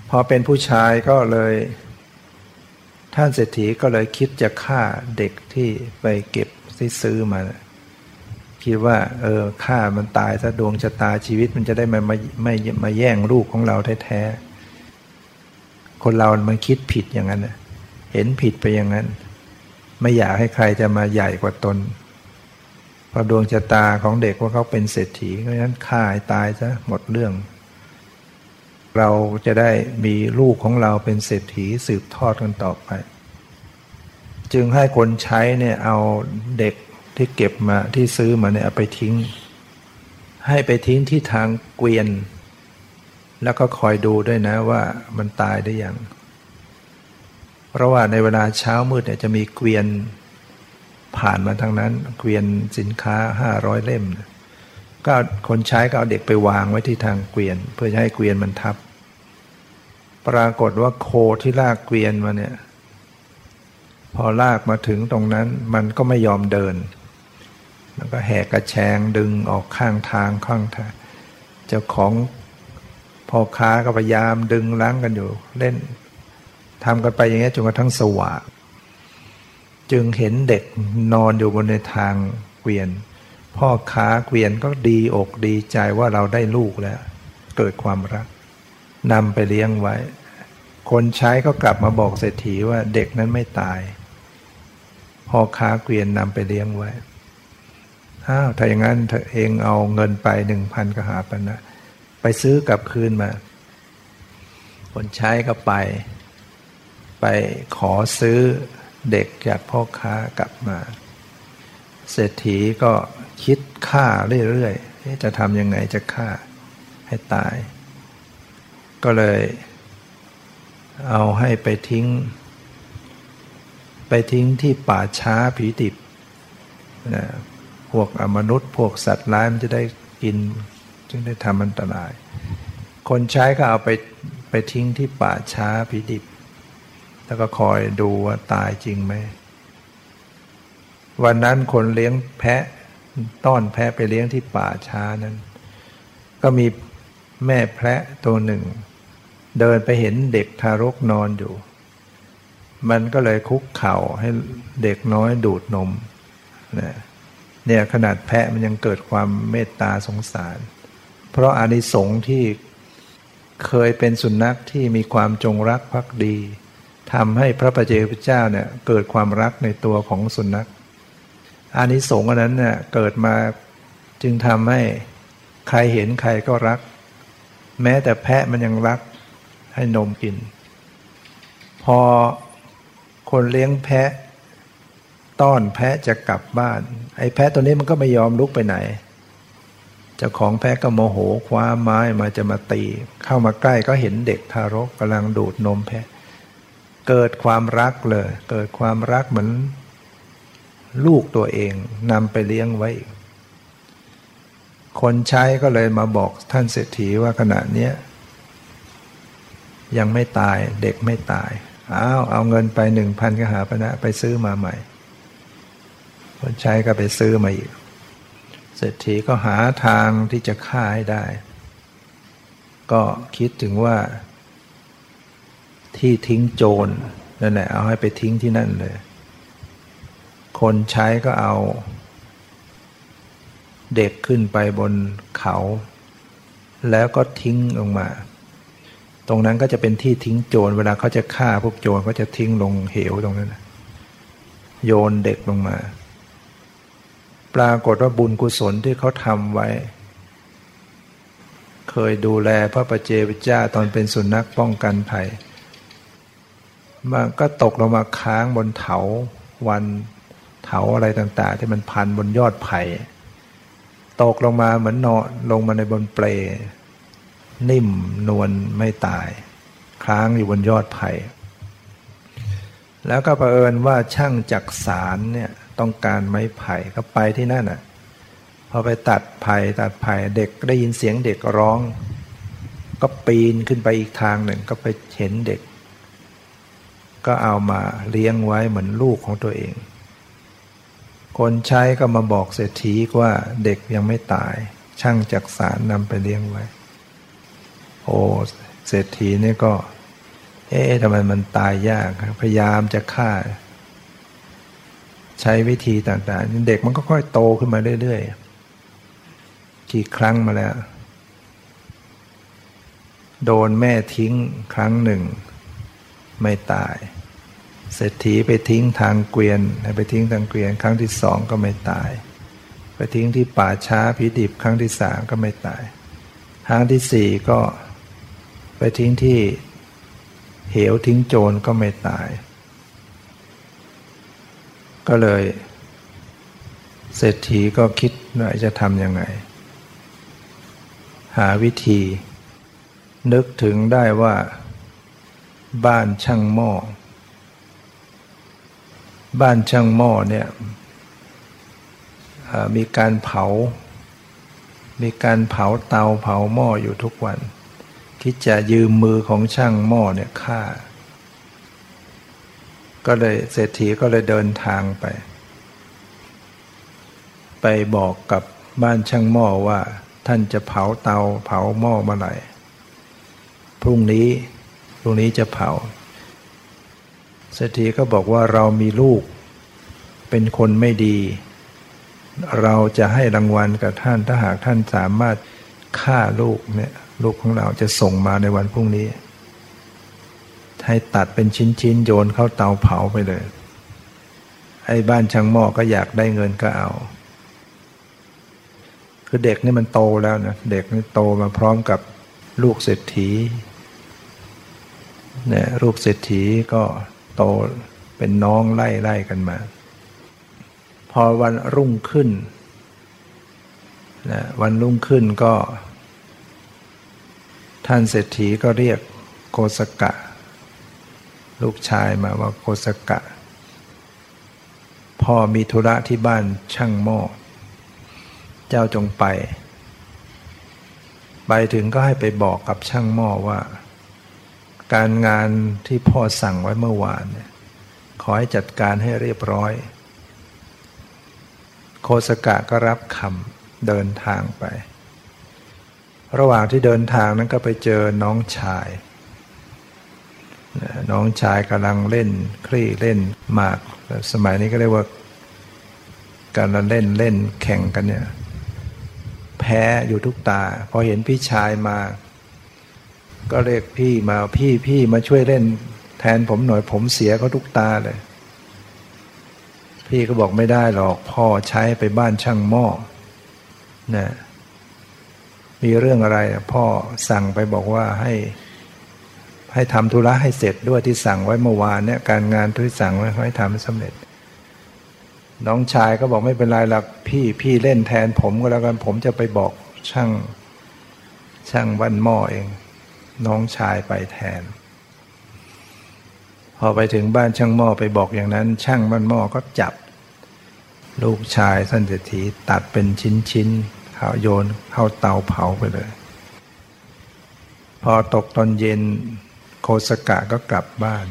พอเป็นผู้ชายก็เลยท่านเศรษฐีก็เลยคิดจะฆ่าเด็กที่ไปเก็บที่ซื้อมาคิดว่าเออฆ่ามันตายซะดวงชะตาชีวิตมันจะได้ไม่มาไม่มาแย่งลูกของเราแท้ๆคนเรามันคิดผิดอย่างนั้นนะเห็นผิดไปอย่างนั้นไม่อยากให้ใครจะมาใหญ่กว่าตนเพราะดวงชะตาของเด็กว่าเขาเป็นเศรษฐีเพราะฉะนั้นฆ่าให้ตายซะหมดเรื่องเราจะได้มีลูกของเราเป็นเศรษฐีสืบทอดกันต่อไปจึงให้คนใช้เนี่ยเอาเด็กที่เก็บมาที่ซื้อมาเนี่ยเอาไปทิ้งให้ไปทิ้งที่ทางเกวียนแล้วก็คอยดูด้วยนะว่ามันตายได้ยังเพราะว่าในเวลาเช้ามืดเนี่ยจะมีเกวียนผ่านมาทางนั้นเกวียนสินค้าห้าร้อยเล่มก็คนใช้ก็เอาเด็กไปวางไว้ที่ทางเกวียนเพื่อให้เกวียนมันทับปรากฏว่าโคที่ลากเกวียนมาเนี่ยพอลากมาถึงตรงนั้นมันก็ไม่ยอมเดินมันก็แหกกระแชงดึงออกข้างทางข้างทางเจ้าของพ่อค้าก็พยายามดึงล้างกันอยู่เล่นทำกันไปอย่างนี้จนกระทั่งสว่างจึงเห็นเด็กนอนอยู่บนในทางเกวียนพ่อค้าเกวียนก็ดีอกดีใจว่าเราได้ลูกแล้วเกิดความรักนำไปเลี้ยงไว้คนใช้ก็กลับมาบอกเศรษฐีว่าเด็กนั้นไม่ตายพ่อค้าเกวียนนำไปเลี้ยงไว้อ้าวถ้าอย่างนั้นเธอเองเอาเงินไปหนึ่งพันกหาปณะไปซื้อกลับคืนมาคนใช้ก็ไปไปขอซื้อเด็กจากพ่อค้ากลับมาเศรษฐีก็คิดฆ่าเรื่อยๆจะทำยังไงจะฆ่าให้ตายก็เลยเอาให้ไปทิ้งไปทิ้งที่ป่าช้าผีดิบนะพวกอมนุษย์พวกสัตว์ร้ายมันจะได้กินจึงได้ทำอันตรายคนใช้ก็เอาไปไปทิ้งที่ป่าช้าผีดิบแล้วก็คอยดูว่าตายจริงไหมวันนั้นคนเลี้ยงแพะต้อนแพะไปเลี้ยงที่ป่าช้านั้นก็มีแม่แพะตัวหนึ่งเดินไปเห็นเด็กทารกนอนอยู่มันก็เลยคุกเข่าให้เด็กน้อยดูดนมนะเนี่ยขนาดแพะมันยังเกิดความเมตตาสงสารเพราะอานิสงส์ที่เคยเป็นสุนัขที่มีความจงรักภักดีทำให้พระปัจเจกพุทธเจ้าเนี่ยเกิดความรักในตัวของสุนัขอานิสงส์อันนั้นเนี่ยเกิดมาจึงทำให้ใครเห็นใครก็รักแม้แต่แพะมันยังรักให้นมกินพอคนเลี้ยงแพะต้อนแพะจะกลับบ้านไอ้แพะตัวนี้มันก็ไม่ยอมลุกไปไหนเจ้าของแพะก็โมโหคว้าไม้มาจะมาตีเข้ามาใกล้ก็เห็นเด็กทารกกำลังดูดนมแพะเกิดความรักเลยเกิดความรักเหมือนลูกตัวเองนำไปเลี้ยงไว้คนใช้ก็เลยมาบอกท่านเศรษฐีว่าขณะเนี้ยยังไม่ตายเด็กไม่ตายอ้าวเอาเงินไปหนึ่งพันกหาปณะไปซื้อมาใหม่คนใช้ก็ไปซื้อมาอีกเศรษฐีก็หาทางที่จะฆ่าให้ได้ก็คิดถึงว่าที่ทิ้งโจรนั่นแหละเอาให้ไปทิ้งที่นั่นเลยคนใช้ก็เอาเด็กขึ้นไปบนเขาแล้วก็ทิ้งลงมาตรงนั้นก็จะเป็นที่ทิ้งโจรเวลาเขาจะฆ่าพวกโจรก็จะทิ้งลงเหวตรงนั้นโยนเด็กลงมาปรากฏว่าบุญกุศลที่เขาทำไว้เคยดูแลพระปัจเจกพุทธเจ้าตอนเป็นสุนัขป้องกันภัยมันก็ตกลงมาค้างบนเถาวันเถาอะไรต่างๆที่มันพันบนยอดไผ่ตกลงมาเหมือนนอนลงมาในบนเปลนิ่มนวลไม่ตายค้างอยู่บนยอดไผ่แล้วก็เผอิญว่าช่างจักสานเนี่ยต้องการไม้ไผ่ก็ไปที่นั่นน่ะพอไปตัดไผ่ตัดไผ่เด็กได้ยินเสียงเด็กร้องก็ปีนขึ้นไปอีกทางหนึ่งก็ไปเห็นเด็กก็เอามาเลี้ยงไว้เหมือนลูกของตัวเองคนใช้ก็มาบอกเศรษฐีว่าเด็กยังไม่ตายช่างจักสานนำไปเลี้ยงไว้โอ้เศรษฐีนี่ก็เอ๊ะทำไมมันตายยากพยายามจะฆ่าใช้วิธีต่างๆเด็กมันก็ค่อยโตขึ้นมาเรื่อยๆกี่ครั้งมาแล้วโดนแม่ทิ้งครั้งหนึ่งไม่ตายเศรษฐีไปทิ้งทางเกวียนไปทิ้งทางเกวียนครั้งที่สองก็ไม่ตายไปทิ้งที่ป่าช้าผีดิบครั้งที่สามก็ไม่ตายครั้งที่สี่ก็ไปทิ้งที่เหวทิ้งโจรก็ไม่ตายก็เลยเศรษฐีก็คิดว่าจะทำยังไงหาวิธีนึกถึงได้ว่าบ้านช่างหม้อบ้านช่างหม้อเนี่ยมีการเผามีการเผาเตาเผาหม้ออยู่ทุกวันคิดจะยืมมือของช่างหม้อเนี่ยฆ่าก็เลยเศรษฐีก็เลยเดินทางไปไปบอกกับบ้านช่างหม้อว่าท่านจะเผาเตาเผาหม้อเมื่อไหร่พรุ่งนี้พรุ่งนี้จะเผาเศรษฐีก็บอกว่าเรามีลูกเป็นคนไม่ดีเราจะให้รางวัลกับท่านถ้าหากท่านสามารถฆ่าลูกเนี่ยลูกของเราจะส่งมาในวันพรุ่งนี้ให้ตัดเป็นชิ้นๆโยนเข้าเตาเผาไปเลยไอ้บ้านช่างหม้อก็อยากได้เงินก็เอาคือเด็กนี่มันโตแล้วนะเด็กนี่โตมาพร้อมกับลูกเศรษฐีเนี่ยลูกเศรษฐีก็โตเป็นน้องไล่ไล่กันมาพอวันรุ่งขึ้นนะวันรุ่งขึ้นก็ท่านเศรษฐีก็เรียกโกสกะลูกชายมาว่าโกสกะพ่อมีธุระที่บ้านช่างหม้อเจ้าจงไปไปถึงก็ให้ไปบอกกับช่างหม้อว่าการงานที่พ่อสั่งไว้เมื่อวานเนี่ยขอให้จัดการให้เรียบร้อยโคสกะก็รับคำเดินทางไประหว่างที่เดินทางนั้นก็ไปเจอน้องชายน้องชายกำลังเล่นคลี่เล่นหมากสมัยนี้ก็เรียกว่าการเล่นเล่นแข่งกันเนี่ยแพ้อยู่ทุกตาพอเห็นพี่ชายมาก็เรียกพี่มาพี่พี่มาช่วยเล่นแทนผมหน่อยผมเสียเขาทุกตาเลยพี่ก็บอกไม่ได้หรอกพ่อใช้ไปบ้านช่างหม้อนะมีเรื่องอะไรพ่อสั่งไปบอกว่าให้ให้ทำธุระให้เสร็จด้วยที่สั่งไว้เมื่อวานเนี่ยการงานที่สั่งไว้ให้ทำให้สำเร็จน้องชายก็บอกไม่เป็นไรหรอกพี่พี่เล่นแทนผมก็แล้วกันผมจะไปบอกช่างช่างบ้านหม้อเองน้องชายไปแทนพอไปถึงบ้านช่างหม้อไปบอกอย่างนั้นช่างบ้านหม้อก็จับลูกชายท่านเศรษฐีตัดเป็นชิ้นๆเขาโยนเข้าเตาเผาไปเลยพอตกตอนเย็นโคสกะก็กลับบ้าน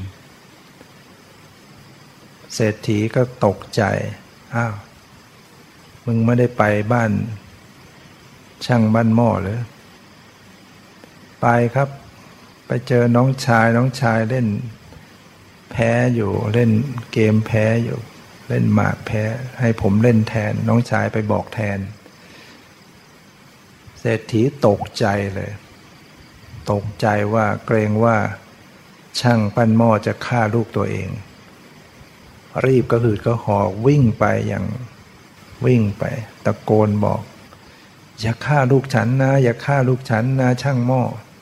เศรษฐีก็ตกใจอ้าวมึงไม่ได้ไปบ้านช่างบ้านหม้อหรือไปครับไปเจอน้องชายน้องชายเล่นแพ้อยู่เล่นเกมแพ้อยู่เล่นหมากแพ้ให้ผมเล่นแทนน้องชายไปบอกแทนเศรษฐีตกใจเลยตกใจว่าเกรงว่าช่างปั้นหม้อจะฆ่าลูกตัวเองรีบก็หืดก็หอกวิ่งไปอย่างวิ่งไปตะโกนบอกอย่าฆ่าลูกฉันนะอย่าฆ่าลูกฉันนะช่างหม้อ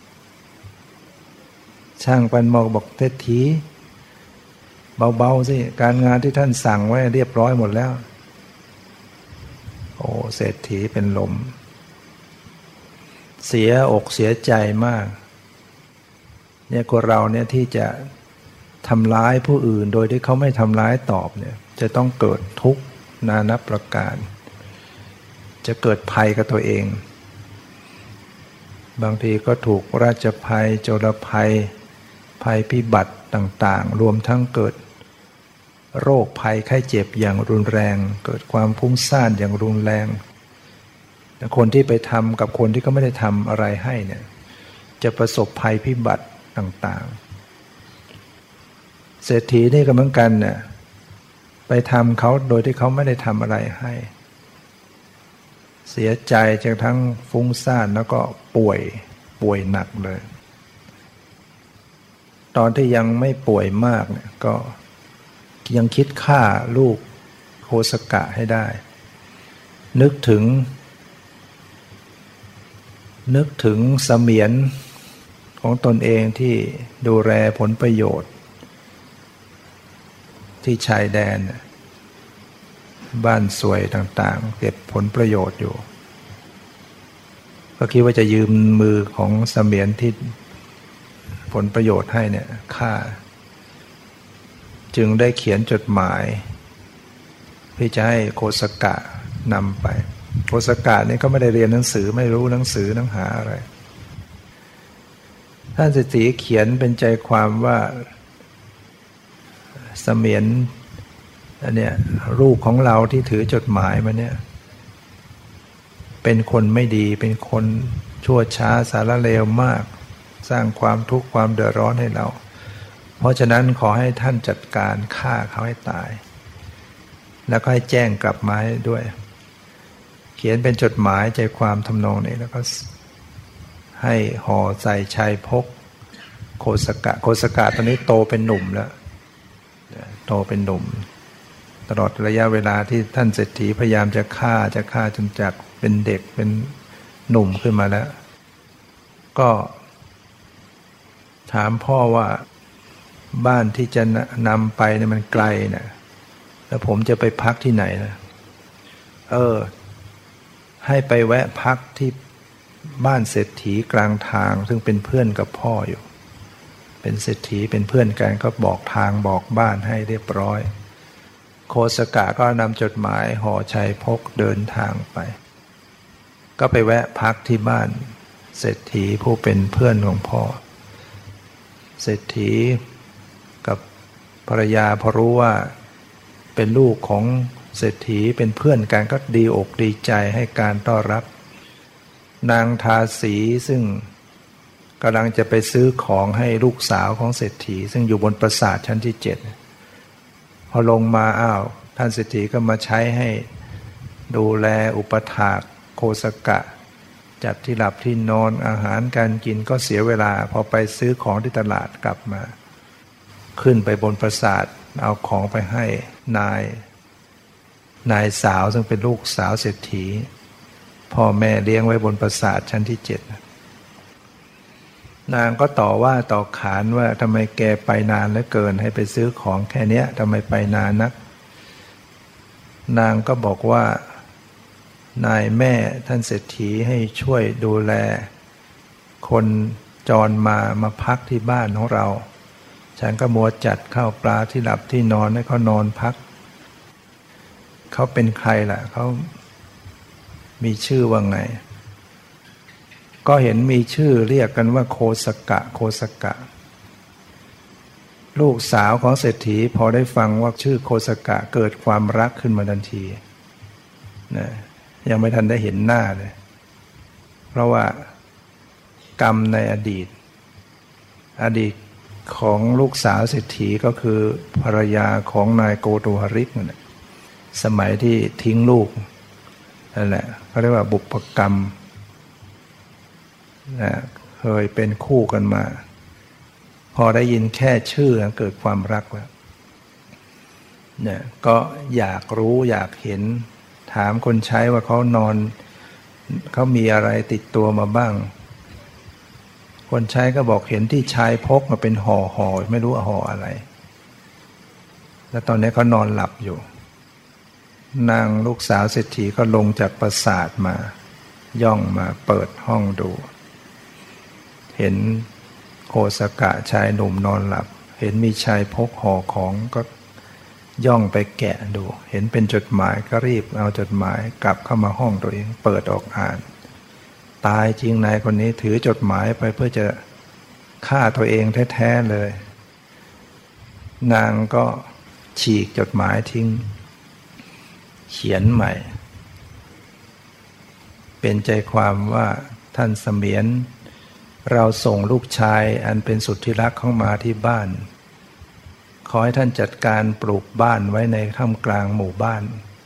ช่างปั้นหม้อบอกเศรษฐีเบาๆสิการงานที่ท่านสั่งไว้เรียบร้อยหมดแล้วโอ้เศรษฐีเป็นลมเสียอกเสียใจมากเนี่ยคนเราเนี่ยที่จะทำร้ายผู้อื่นโดยที่เขาไม่ทำร้ายตอบเนี่ยจะต้องเกิดทุกข์นานับประการจะเกิดภัยกับตัวเองบางทีก็ถูกราชภัยโจรภัยภัยพิบัติต่างๆรวมทั้งเกิดโรคภัยไข้เจ็บอย่างรุนแรงเกิดความพุ่งซ่านอย่างรุนแรงแต่คนที่ไปทำกับคนที่เขาไม่ได้ทำอะไรให้เนี่ยจะประสบภัยพิบัติต่างเศรษฐีนี่ก็เหมือนกันเนี่ยไปทำเขาโดยที่เขาไม่ได้ทำอะไรให้เสียใจจนทั้งฟุ้งซ่านแล้วก็ป่วยป่วยหนักเลยตอนที่ยังไม่ป่วยมากเนี่ยก็ยังคิดฆ่าลูกโคสกะให้ได้นึกถึงนึกถึงเสมียนของตนเองที่ดูแลผลประโยชน์ที่ชายแดนบ้านสวยต่างๆเก็บผลประโยชน์อยู่ก็คิดว่าจะยืมมือของเสมียนที่ผลประโยชน์ให้เนี่ยฆ่าจึงได้เขียนจดหมายที่จะให้โคสกะนำไปโคสกะนี่ก็ไม่ได้เรียนหนังสือไม่รู้หนังสือหนังหาอะไรท่านเศรษฐีเขียนเป็นใจความว่าเสมียนอันเนี้ยรูปของเราที่ถือจดหมายมาเนี่ยเป็นคนไม่ดีเป็นคนชั่วช้าสารเลวมากสร้างความทุกข์ความเดือดร้อนให้เราเพราะฉะนั้นขอให้ท่านจัดการฆ่าเขาให้ตายแล้วก็ให้แจ้งกลับมาให้ด้วยเขียนเป็นจดหมายใจความทำนองนี้แล้วก็ให้ห่อใส่ชัยพกโคสกะโคสกะตอนนี้โตเป็นหนุ่มแล้วโตเป็นหนุ่มตลอดระยะเวลาที่ท่านเศรษฐีพยายามจะฆ่าจะฆ่าจนจากเป็นเด็กเป็นหนุ่มขึ้นมาแล้วก็ถามพ่อว่าบ้านที่จะนำไปเนี่ยมันไกลนะแล้วผมจะไปพักที่ไหนนะเออให้ไปแวะพักที่บ้านเศรษฐีกลางทางซึ่งเป็นเพื่อนกับพ่ออยู่เป็นเศรษฐีเป็นเพื่อนกันก็บอกทางบอกบ้านให้เรียบร้อยโคสกะก็นำจดหมายห่อชัยพกเดินทางไปก็ไปแวะพักที่บ้านเศรษฐีผู้เป็นเพื่อนของพ่อเศรษฐีกับภรรยาพอรู้ว่าเป็นลูกของเศรษฐีเป็นเพื่อนกันก็ดีอกดีใจให้การต้อนรับนางทาสีซึ่งกำลังจะไปซื้อของให้ลูกสาวของเศรษฐีซึ่งอยู่บนปราสาทชั้นที่เจ็ดพอลงมาอ้าวท่านเศรษฐีก็มาใช้ให้ดูแลอุปถากโคสกะจัดที่หลับที่นอนอาหารการกินก็เสียเวลาพอไปซื้อของที่ตลาดกลับมาขึ้นไปบนปราสาทเอาของไปให้นายนายสาวซึ่งเป็นลูกสาวเศรษฐีพ่อแม่เลี้ยงไว้บนปราสาทชั้นที่เจ็ดนางก็ต่อว่าต่อขานว่าทำไมแกไปนานเหลือเกินให้ไปซื้อของแค่นี้ทำไมไปนานนักนางก็บอกว่านายแม่ท่านเศรษฐีให้ช่วยดูแลคนจรมามาพักที่บ้านของเราฉันก็มัวจัดข้าวปลาที่หลับที่นอนให้เขานอนพักเขาเป็นใครล่ะเขามีชื่อว่าไงก็เห็นมีชื่อเรียกกันว่าโคสกะโคสกะลูกสาวของเศรษฐีพอได้ฟังว่าชื่อโคสกะเกิดความรักขึ้นมาทันทีนะยังไม่ทันได้เห็นหน้าเลยเพราะว่ากรรมในอดีตอดีตของลูกสาวเศรษฐีก็คือภรรยาของนายโกตุหริกนั่นแหละสมัยที่ทิ้งลูกนั่นแหละเขาเรียกว่าบุพกรรมนะเคยเป็นคู่กันมาพอได้ยินแค่ชื่อเกิดความรักแล้วเนี่ยก็อยากรู้อยากเห็นถามคนใช้ว่าเขานอนเขามีอะไรติดตัวมาบ้างคนใช้ก็บอกเห็นที่ชายพกมาเป็นห่อห่อไม่รู้ห่ออะไรแล้วตอนนี้เขานอนหลับอยู่นางลูกสาวเศรษฐีก็ลงจากปราสาทมาย่องมาเปิดห้องดูเห็นโคสกะชายหนุ่มนอนหลับเห็นมีชายพกห่อของก็ย่องไปแกะดูเห็นเป็นจดหมายก็รีบเอาจดหมายกลับเข้ามาห้องตัวเองเปิดออกอ่านตายจริงนายคนนี้ถือจดหมายไปเพื่อจะฆ่าตัวเองแท้ๆเลยนางก็ฉีกจดหมายทิ้งเขียนใหม่เป็นใจความว่าท่านเสมียนเราส่งลูกชายอันเป็นสุดที่รักเข้ามาที่บ้านขอให้ท่านจัดการปลูกบ้านไว้ในท่ามกลางหมู่บ้าน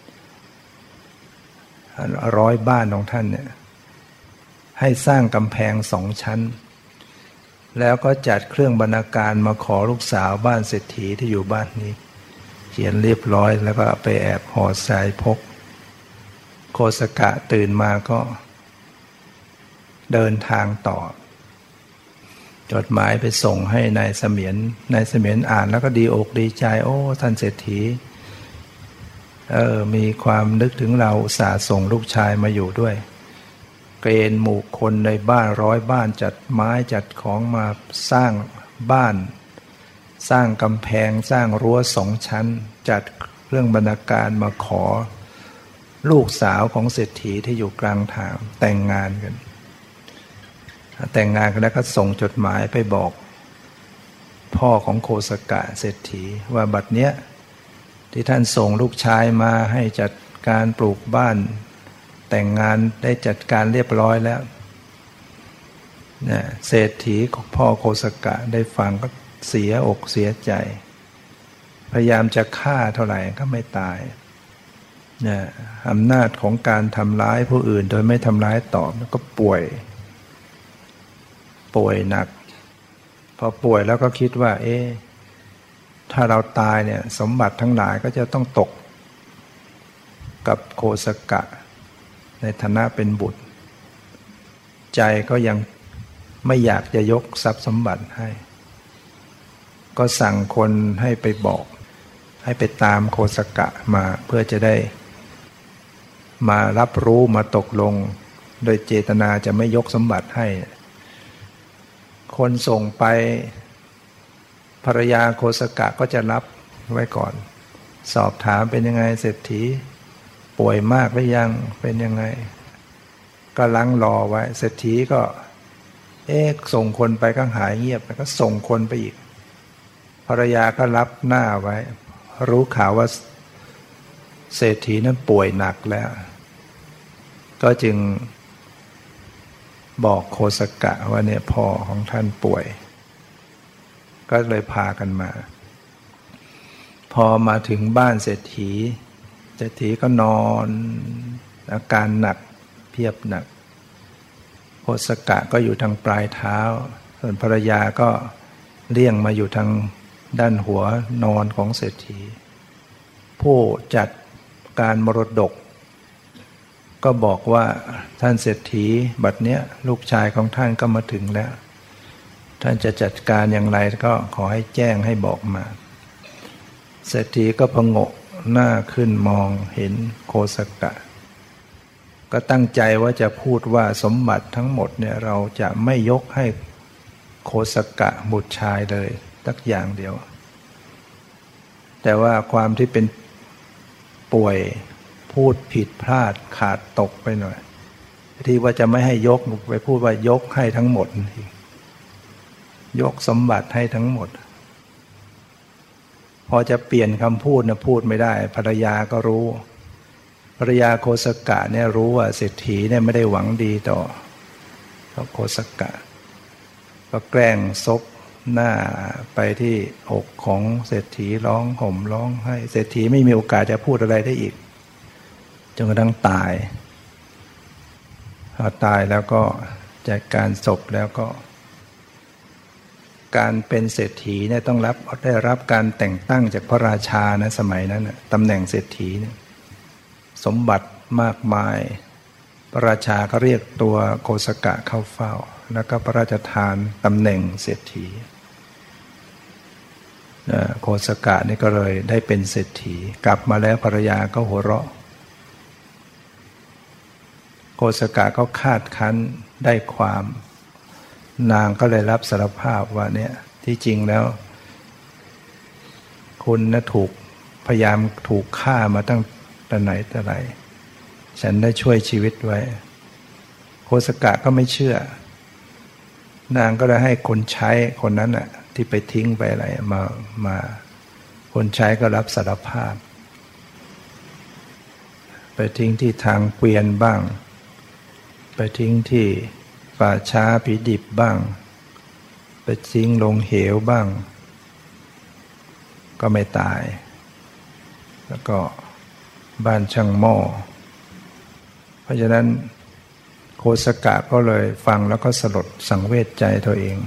ร้อยบ้านของท่านเนี่ยให้สร้างกำแพงสองชั้นแล้วก็จัดเครื่องบรรณาการมาขอลูกสาวบ้านเศรษฐีที่อยู่บ้านนี้เขียนเรียบร้อยแล้วก็ไปแอบห่อทรายพกโคสกะตื่นมาก็เดินทางต่อจดหมายไปส่งให้นายเสมียนนายเสมียนอ่านแล้วก็ดีอกดีใจโอ้ท่านเศรษฐีเออมีความนึกถึงเราอุตส่าห์ส่งลูกชายมาอยู่ด้วยเกณฑ์หมู่คนในบ้านร้อยบ้านจัดไม้จัดของมาสร้างบ้านสร้างกำแพงสร้างรั้วสองชั้นจัดเครื่องบรรณาการมาขอลูกสาวของเศรษฐีที่อยู่กลางทางแต่งงานกันแต่งงานกันแล้วก็ส่งจดหมายไปบอกพ่อของโคสกะเศรษฐีว่าบัดเนี้ยที่ท่านส่งลูกชายมาให้จัดการปลูกบ้านแต่งงานได้จัดการเรียบร้อยแล้วเนี่ยเศรษฐีของพ่อโคสกะได้ฟังก็เสียอกเสียใจพยายามจะฆ่าเท่าไหร่ก็ไม่ตายเนี่ยอำนาจของการทำร้ายผู้อื่นโดยไม่ทำร้ายตอบแล้วก็ป่วยป่วยหนักพอป่วยแล้วก็คิดว่าเอ๊ะถ้าเราตายเนี่ยสมบัติทั้งหลายก็จะต้องตกกับโคสกะในฐานะเป็นบุตรใจก็ยังไม่อยากจะยกทรัพย์สมบัติให้ก็สั่งคนให้ไปบอกให้ไปตามโคสกะมาเพื่อจะได้มารับรู้มาตกลงโดยเจตนาจะไม่ยกสมบัติให้คนส่งไปภรรยาโคสกะก็จะรับไว้ก่อนสอบถามเป็นยังไงเศรษฐีป่วยมากหรือยังเป็นยังไงก็ลังรอไว้เศรษฐีก็เอ๊ะส่งคนไปก็หายเงียบแล้วก็ส่งคนไปอีกภรรยาก็รับหน้าไว้รู้ข่าวว่าเศรษฐีนั้นป่วยหนักแล้วก็จึงบอกโคสกะว่าเนี่ยพ่อของท่านป่วยก็เลยพากันมาพอมาถึงบ้านเศรษฐีเศรษฐีก็นอนอาการหนักเพียบหนักโคสกะก็อยู่ทางปลายเท้าส่วนภรรยาก็เลี่ยงมาอยู่ทางด้านหัวนอนของเศรษฐีผู้จัดการมรดกก็บอกว่าท่านเศรษฐีบัดเนี้ยลูกชายของท่านก็มาถึงแล้วท่านจะจัดการอย่างไรก็ขอให้แจ้งให้บอกมาเศรษฐีก็ผงกหน้าขึ้นมองเห็นโคสกะก็ตั้งใจว่าจะพูดว่าสมบัติทั้งหมดเนี่ยเราจะไม่ยกให้โคสกะบุตรชายเลยสักอย่างเดียวแต่ว่าความที่เป็นป่วยพูดผิดพลาดขาดตกไปหน่อยที่ว่าจะไม่ให้ยกไปพูดว่ายกให้ทั้งหมดยกสมบัติให้ทั้งหมดพอจะเปลี่ยนคำพูดนะพูดไม่ได้ภรรยาก็รู้ภรรยาโคสกะเนี่ยรู้ว่าเศรษฐีเนี่ยไม่ได้หวังดีต่อโคสกะก็แกล้งซบหน้าไปที่อกของเศรษฐีร้องห่มร้องไห้เศรษฐีไม่มีโอกาสจะพูดอะไรได้อีกจนกระทั่งตายพอตายแล้วก็จัดการศพแล้วก็การเป็นเศรษฐีเนี่ยต้องรับได้รับการแต่งตั้งจากพระราชานะสมัยนั้นตำแหน่งเศรษฐีเนี่ยสมบัติมากมายพระราชาก็เรียกตัวโคสกะเข้าเฝ้าแล้วก็พระราชทานตำแหน่งเศรษฐีโคสกะนี่ก็เลยได้เป็นเศรษฐีกลับมาแล้วภรรยาก็หัวเราะโคสกะก็คาดคั้นได้ความนางก็เลยรับสารภาพว่าเนี่ยที่จริงแล้วคุณนะถูกพยายามถูกฆ่ามาตั้งแต่ไหนแต่ไรฉันได้ช่วยชีวิตไว้โคสกะก็ไม่เชื่อนางก็เลยให้คนใช้คนนั้นน่ะที่ไปทิ้งไปอะไรมามาคนใช้ก็รับสารภาพไปทิ้งที่ทางเกวียนบ้างไปทิ้งที่ป่าช้าผีดิบบ้างไปทิ้งลงเหวบ้างก็ไม่ตายแล้วก็บ้านช่างหม้อเพราะฉะนั้นโคสกะก็เลยฟังแล้วก็สลดสังเวชใจตัวเอง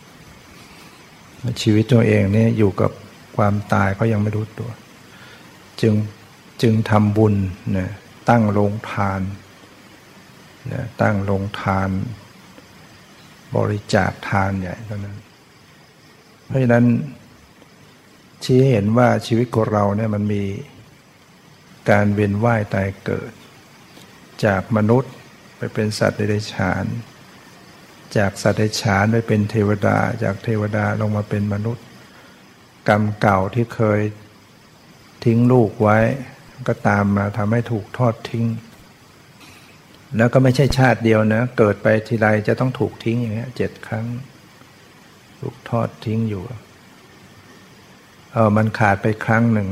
ชีวิตตัวเองนี่อยู่กับความตายก็ยังไม่รู้ตัวจึงจึงทำบุญนะตั้งโรงทานนะตั้งโรงทานบริจาคทานใหญ่เท่านั้นเพราะฉะนั้นชี้ให้เห็นว่าชีวิตของเราเนี่ยมันมีการเวียนว่ายตายเกิดจากมนุษย์ไปเป็นสัตว์เดรัจฉานจากสัตว์เดรัจฉานไปเป็นเทวดาจากเทวดาลงมาเป็นมนุษย์กรรมเก่าที่เคยทิ้งลูกไว้ก็ตามมาทำให้ถูกทอดทิ้งแล้วก็ไม่ใช่ชาติเดียวนะเกิดไปทีไรจะต้องถูกทิ้งอย่างเงี้ยเจ็ดครั้งถูกทอดทิ้งอยู่เออมันขาดไปครั้งหนึ่ง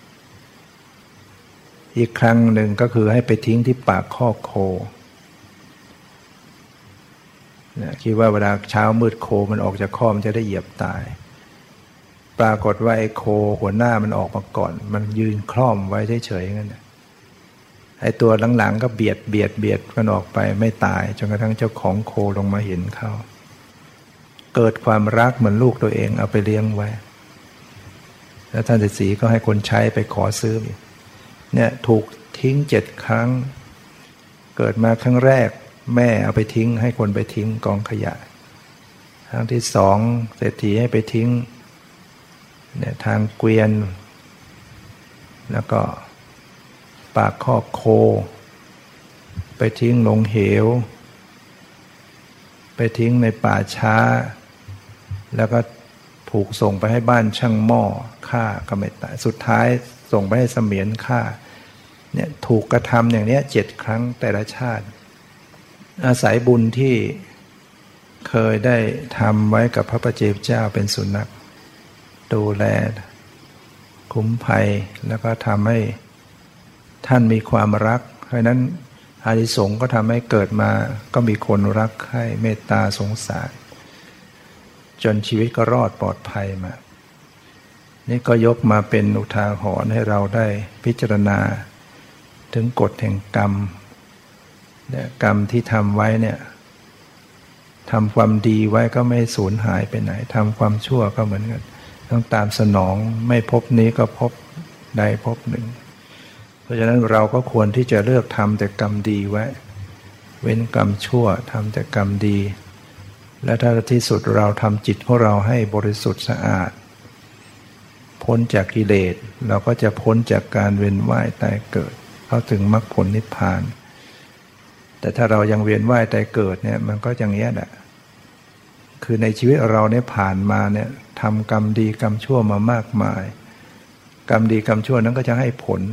อีกครั้งหนึ่งก็คือให้ไปทิ้งที่ปากคอกโคนะคิดว่าเวลาเช้ามืดโคมันออกจากคอกมันจะได้เหยียบตายปรากฏว่าไอ้โคหัวหน้ามันออกมาก่อนมันยืนคล่อมไว้เฉยๆงั้นนะไอ้ตัวหลังๆก็เบียดเบียดเบียดกันออกไปไม่ตายจนกระทั่งเจ้าของโคลงมาเห็นเข้าเกิดความรักเหมือนลูกตัวเองเอาไปเลี้ยงไว้แล้วท่านฤาษีก็ให้คนใช้ไปขอซื้อเนี่ยถูกทิ้งเจ็ดครั้งเกิดมาครั้งแรกแม่เอาไปทิ้งให้คนไปทิ้งกองขยะครั้งที่สองเศรษฐีให้ไปทิ้งเนี่ยทางเกวียนแล้วก็ปากคอกโคไปทิ้งลงเหวไปทิ้งในป่าช้าแล้วก็ถูกส่งไปให้บ้านช่างหม้อฆ่าก็ไม่ตายสุดท้ายส่งไปให้เสมียนฆ่าเนี่ยถูกกระทำอย่างนี้เจ็ดครั้งแต่ละชาติอาศัยบุญที่เคยได้ทำไว้กับพระปัจเจกเจ้าเป็นสุนัขดูแลคุ้มภัยแล้วก็ทำให้ท่านมีความรักเพราะนั้นอานิสงส์ก็ทำให้เกิดมาก็มีคนรักใคร่เมตตาสงสารจนชีวิตก็รอดปลอดภัยมานี่ก็ยกมาเป็นอุทาหรณ์ให้เราได้พิจารณาถึงกฎแห่งกรรมเนี่ยกรรมที่ทำไว้เนี่ยทำความดีไว้ก็ไม่สูญหายไปไหนทำความชั่วก็เหมือนกันต้องตามสนองไม่พบนี้ก็พบใดพบหนึ่งเพราะฉะนั้นเราก็ควรที่จะเลือกทำแต่กรรมดีไว้เว้นกรรมชั่วทำแต่กรรมดีและถ้าที่สุดเราทำจิตของเราให้บริสุทธิ์สะอาดพ้นจากกิเลสเราก็จะพ้นจากการเวียนว่ายตายเกิดเข้าถึงมรรคผลนิพพานแต่ถ้าเรายังเวียนว่ายตายเกิดเนี่ยมันก็อย่างนี้แหละคือในชีวิตเราเนี่ยผ่านมาเนี่ยทำกรรมดีกรรมชั่วมามากมายกรรมดีกรรมชั่วนั้นก็จะให้ผล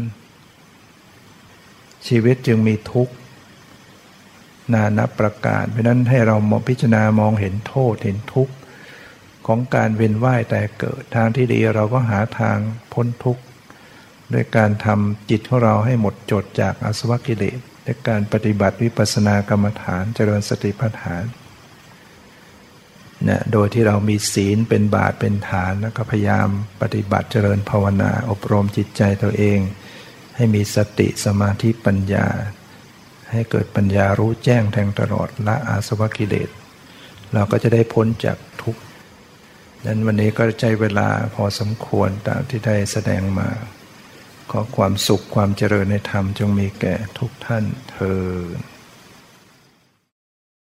ชีวิตจึงมีทุกข์นานับประการเพราะนั้นให้เรามองพิจารณามองเห็นโทษเห็นทุกข์ของการเวียนว่ายแต่เกิดทางที่ดีเราก็หาทางพ้นทุกข์ด้วยการทำจิตของเราให้หมดจดจากอาสวะกิเลสด้วยการปฏิบัติวิปัสสนากรรมฐานเจริญสติปัฏฐานนะโดยที่เรามีศีลเป็นบาตรเป็นฐานแล้วก็พยายามปฏิบัติเจริญภาวนาอบรมจิตใจตัวเองให้มีสติสมาธิปัญญาให้เกิดปัญญารู้แจ้งแทงตลอดละอาสวะกิเลสเราก็จะได้พ้นจากทุกข์นั้นวันนี้ก็ใช้เวลาพอสมควรตามที่ได้แสดงมาขอความสุขความเจริญในธรรมจงมีแก่ทุกท่านเทอญ